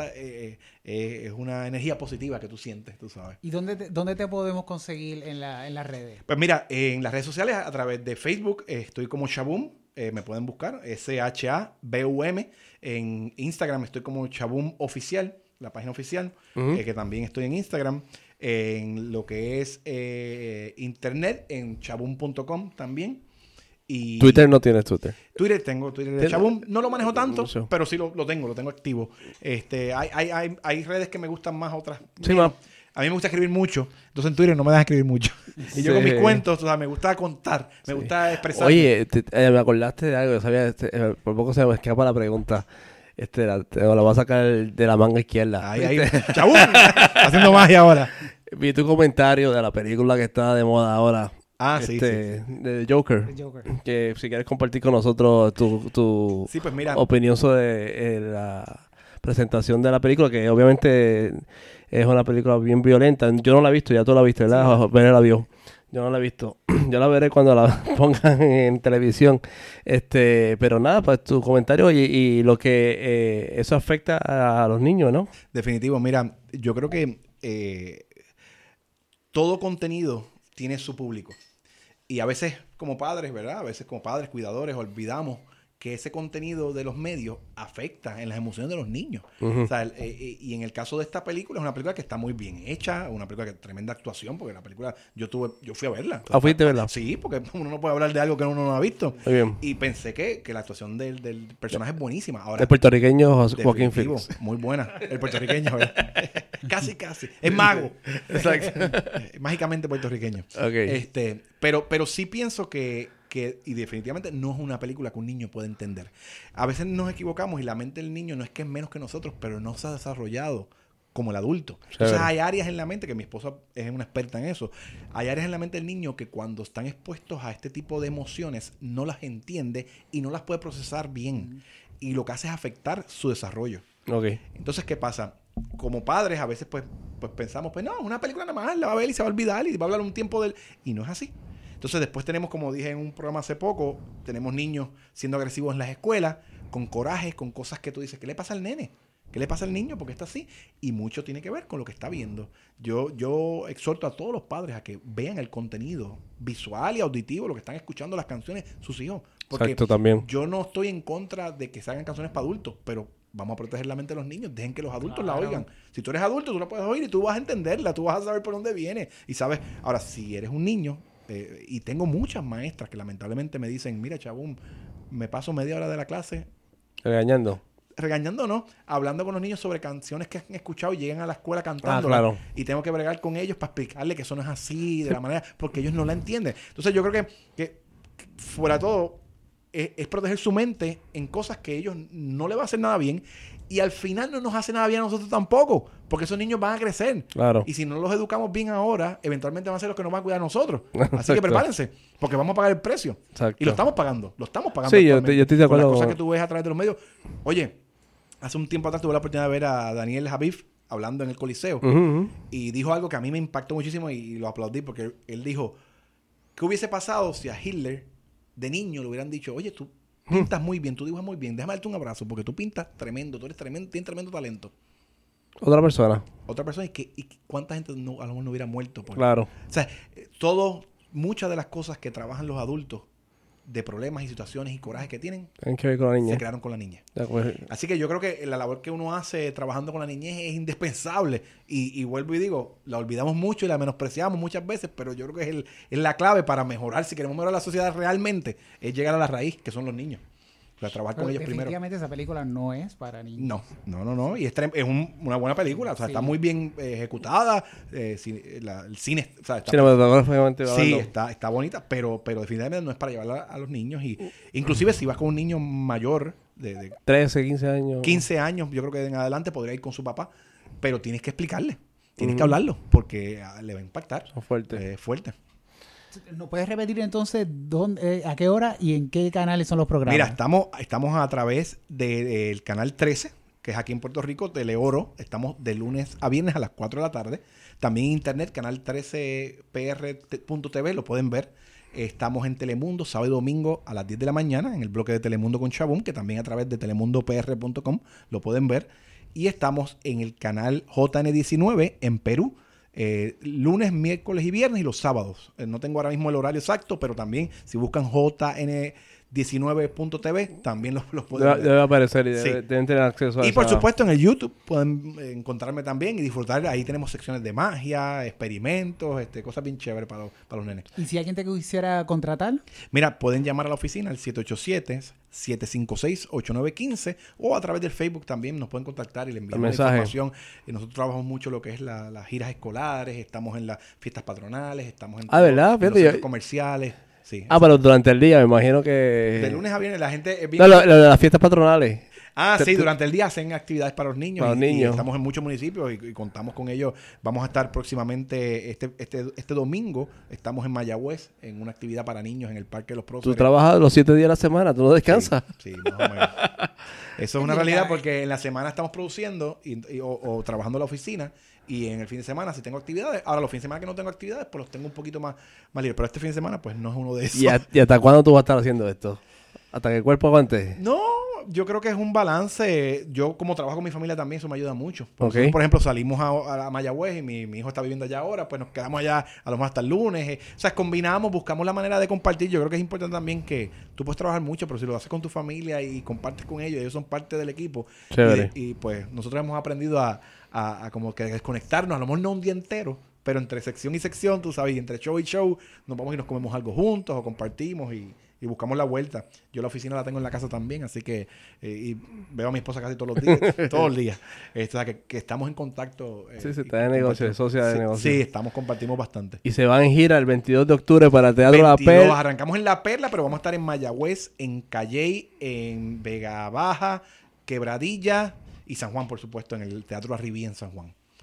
una energía positiva que tú sientes, tú sabes. ¿Y dónde te podemos conseguir en las redes? Pues mira, en las redes sociales, a través de Facebook, estoy como Shaboom, me pueden buscar, SHABUM. En Instagram estoy como Shaboom Oficial, la página oficial, que también estoy en Instagram. En lo que es internet, en shaboom.com también. Y Twitter no tienes Twitter. Tengo Twitter de Shaboom. No lo manejo tanto, pero sí lo tengo activo. Hay redes que me gustan más, otras. Sí, más. A mí me gusta escribir mucho, entonces en Twitter no me dejan escribir mucho. Y yo con mis cuentos, o sea, me gusta contar, me gusta expresar. Oye, me acordaste de algo, sabía, por poco se me escapa la pregunta. La voy a sacar de la manga izquierda. Ahí, Chabún, haciendo magia ahora. Vi tu comentario de la película que está de moda ahora. Sí. De Joker. Que si quieres compartir con nosotros tu sí, pues mira, opinión sobre la presentación de la película, que obviamente es una película bien violenta. Yo no la he visto, ya tú la viste, ¿verdad? Sí. Bene la vio. Yo no la he visto. Yo la veré cuando la pongan en televisión. Pero nada, pues tu comentario y lo que eso afecta a los niños, ¿no? Definitivo. Mira, yo creo que todo contenido tiene su público. Y a veces como padres, ¿verdad? A veces como padres, cuidadores, olvidamos que ese contenido de los medios afecta en las emociones de los niños. O sea, y en el caso de esta película, es una película que está muy bien hecha, una película que tremenda actuación, porque la película, yo fui a verla. ¿Fuiste a verla? Sí, porque uno no puede hablar de algo que uno no ha visto. Muy bien. Y pensé que la actuación del personaje es buenísima. Ahora, el puertorriqueño Joaquín Phoenix. Muy buena. El puertorriqueño, ¿verdad? Casi. Es mago. Exacto. Mágicamente puertorriqueño. Okay. Pero sí pienso que y definitivamente no es una película que un niño puede entender. A veces nos equivocamos y la mente del niño no es que es menos que nosotros, pero no se ha desarrollado como el adulto. Entonces hay áreas en la mente, que mi esposa es una experta en eso, hay áreas en la mente del niño que cuando están expuestos a este tipo de emociones no las entiende y no las puede procesar bien. Y lo que hace es afectar su desarrollo. Okay. Entonces, ¿qué pasa? Como padres a veces pues pensamos, pues no, una película nada más, la va a ver y se va a olvidar y va a hablar un tiempo de él. Y no es así. Entonces después tenemos, como dije en un programa hace poco, tenemos niños siendo agresivos en las escuelas, con coraje, con cosas que tú dices, ¿qué le pasa al nene? ¿Qué le pasa al niño? ¿Por qué está así? Y mucho tiene que ver con lo que está viendo. Yo exhorto a todos los padres a que vean el contenido visual y auditivo, lo que están escuchando las canciones, sus hijos. Porque exacto, también. yo no estoy en contra de que se hagan canciones para adultos, pero vamos a proteger la mente de los niños. Dejen que los adultos la oigan. Si tú eres adulto, tú la puedes oír y tú vas a entenderla, tú vas a saber por dónde viene. Y sabes, ahora, si eres un niño, y tengo muchas maestras que lamentablemente me dicen, mira, chabón, me paso media hora de la clase regañando no, hablando con los niños sobre canciones que han escuchado y llegan a la escuela cantando. Claro. Y tengo que bregar con ellos para explicarle que eso no es así, de la manera, porque ellos no la entienden. Entonces yo creo que fuera de todo, es proteger su mente en cosas que ellos no le va a hacer nada bien. Y al final no nos hace nada bien a nosotros tampoco, porque esos niños van a crecer. Claro. Y si no los educamos bien ahora, eventualmente van a ser los que nos van a cuidar a nosotros. Así que prepárense, porque vamos a pagar el precio. Exacto. Y lo estamos pagando. Sí, yo estoy de acuerdo. Con las cosas que tú ves a través de los medios. Oye, hace un tiempo atrás tuve la oportunidad de ver a Daniel Javif hablando en el Coliseo. Y dijo algo que a mí me impactó muchísimo y lo aplaudí, porque él dijo, ¿qué hubiese pasado si a Hitler de niño le hubieran dicho, oye, tú pintas muy bien, tú dibujas muy bien, déjame darte un abrazo porque tú pintas tremendo, tú eres tremendo, tienes tremendo talento? Otra persona, y cuánta gente a lo mejor no hubiera muerto. Claro. O sea, muchas de las cosas que trabajan los adultos de problemas y situaciones y corajes que tienen que ver con la niña. Se crearon con la niña. Así que yo creo que la labor que uno hace trabajando con la niñez es indispensable. Y vuelvo y digo, la olvidamos mucho y la menospreciamos muchas veces, pero yo creo que es la clave para mejorar. Si queremos mejorar la sociedad realmente, es llegar a la raíz, que son los niños. O sea, trabajar con ellos primero. Definitivamente esa película no es para niños. No. Y es una buena película. O sea, está muy bien ejecutada. El cine... O sea, cinematográficamente sí, está bonita, pero definitivamente no es para llevarla a los niños. Y inclusive si vas con un niño mayor de 13, 15 años. 15 años, yo creo que en adelante podría ir con su papá. Pero tienes que explicarle. Tienes que hablarlo, porque le va a impactar. Son fuertes. Fuerte. ¿No puedes repetir entonces a qué hora y en qué canales son los programas? Mira, estamos a través del canal 13, que es aquí en Puerto Rico, Teleoro. Estamos de lunes a viernes a las 4 de la tarde. También en internet, canal 13pr.tv, lo pueden ver. Estamos en Telemundo, sábado y domingo a las 10 de la mañana, en el bloque de Telemundo con Chabum, que también a través de telemundopr.com lo pueden ver. Y estamos en el canal JN19 en Perú, lunes, miércoles y viernes y los sábados. No tengo ahora mismo el horario exacto, pero también si buscan JN19.tv también los pueden ver. Debe aparecer y deben tener acceso a y por supuesto en el YouTube pueden encontrarme también y disfrutar. Ahí tenemos secciones de magia, experimentos, cosas bien chéveres para los nenes. ¿Y si alguien te quisiera contratar? Mira, pueden llamar a la oficina al 787-756-8915 o a través del Facebook también nos pueden contactar y le enviamos información. Nosotros trabajamos mucho lo que es las giras escolares, estamos en las fiestas patronales, estamos en, ¿verdad? En los centros comerciales. Sí, pero durante el día me imagino que... De lunes a viernes la gente... lo de las fiestas patronales. Sí, durante el día hacen actividades para los niños. Y estamos en muchos municipios y contamos con ellos. Vamos a estar próximamente, este domingo, estamos en Mayagüez en una actividad para niños en el Parque de los Próceres. Tú trabajas los 7 días a la semana, tú no descansas. Sí, más o menos. Eso es una realidad porque en la semana estamos produciendo o trabajando en la oficina. Y en el fin de semana, si tengo actividades, ahora los fines de semana que no tengo actividades, pues los tengo un poquito más libres. Pero este fin de semana, pues no es uno de esos. ¿Y hasta cuándo tú vas a estar haciendo esto? ¿Hasta que el cuerpo aguante? No, yo creo que es un balance. Yo, como trabajo con mi familia también, eso me ayuda mucho. Okay. Por ejemplo, salimos a Mayagüez y mi hijo está viviendo allá ahora, pues nos quedamos allá a lo mejor hasta el lunes. O sea, combinamos, buscamos la manera de compartir. Yo creo que es importante también que tú puedes trabajar mucho, pero si lo haces con tu familia y compartes con ellos son parte del equipo. Chévere. Y pues nosotros hemos aprendido a como que desconectarnos, a lo mejor no un día entero, pero entre sección y sección, tú sabes, y entre show y show, nos vamos y nos comemos algo juntos o compartimos y buscamos la vuelta. Yo la oficina la tengo en la casa también, así que y veo a mi esposa casi todos los días, todos los días. O sea, que estamos en contacto. Sí, está de negocio, socia de negocio. Sí, compartimos bastante. Y se van en gira el 22 de octubre para Teatro La Perla. Arrancamos en La Perla, pero vamos a estar en Mayagüez, en Calley, en Vega Baja, Quebradilla y San Juan, por supuesto, en el Teatro Arribí en San Juan.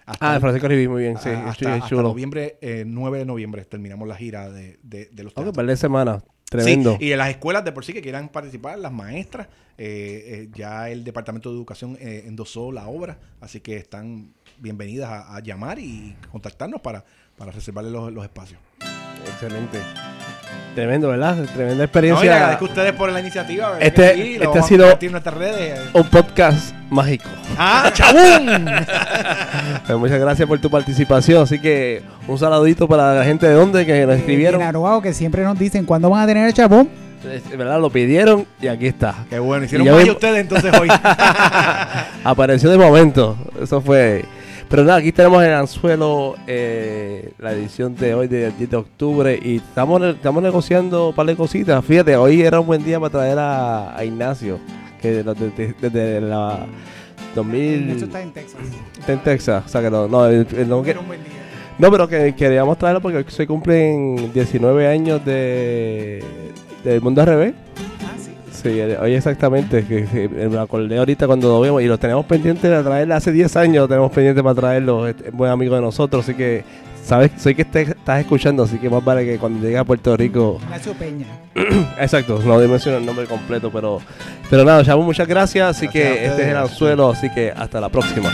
Francisco Riví, muy bien, sí. Hasta noviembre, 9 de noviembre terminamos la gira de los teatros. Un par de semanas, tremendo. Sí, y en las escuelas de por sí que quieran participar, las maestras, ya el Departamento de Educación endosó la obra, así que están bienvenidas a llamar y contactarnos para reservarles los espacios. Excelente. Tremendo, ¿verdad? Tremenda experiencia. No, y le agradezco a ustedes por la iniciativa. Este ha sido en nuestras redes. Un podcast mágico. ¡Ah, chabún! Pues muchas gracias por tu participación. Así que un saludito para la gente de donde que nos escribieron. En Aruao, que siempre nos dicen cuándo van a tener el Chabón. ¿Verdad? Lo pidieron y aquí está. Qué bueno. Hicieron más ustedes entonces hoy. Apareció de momento. Eso fue... Pero nada, aquí tenemos el anzuelo, la edición de hoy del 10 de octubre y estamos negociando un par de cositas. Fíjate, hoy era un buen día para traer a Ignacio, que desde la 2000... Eso está en Texas. Está en Texas, o sea que no, pero que queríamos traerlo porque hoy se cumplen 19 años del Mundo al Revés. Sí, hoy exactamente, que me acordé ahorita cuando lo vimos y lo tenemos pendiente de traerlo hace 10 años, lo tenemos pendiente para traerlo, es buen amigo de nosotros, así que sé que estás escuchando, así que más vale que cuando llegue a Puerto Rico... Ignacio Peña. Exacto, no menciono el nombre completo, pero nada, Chabón, muchas gracias, así que este es el anzuelo, así que hasta la próxima.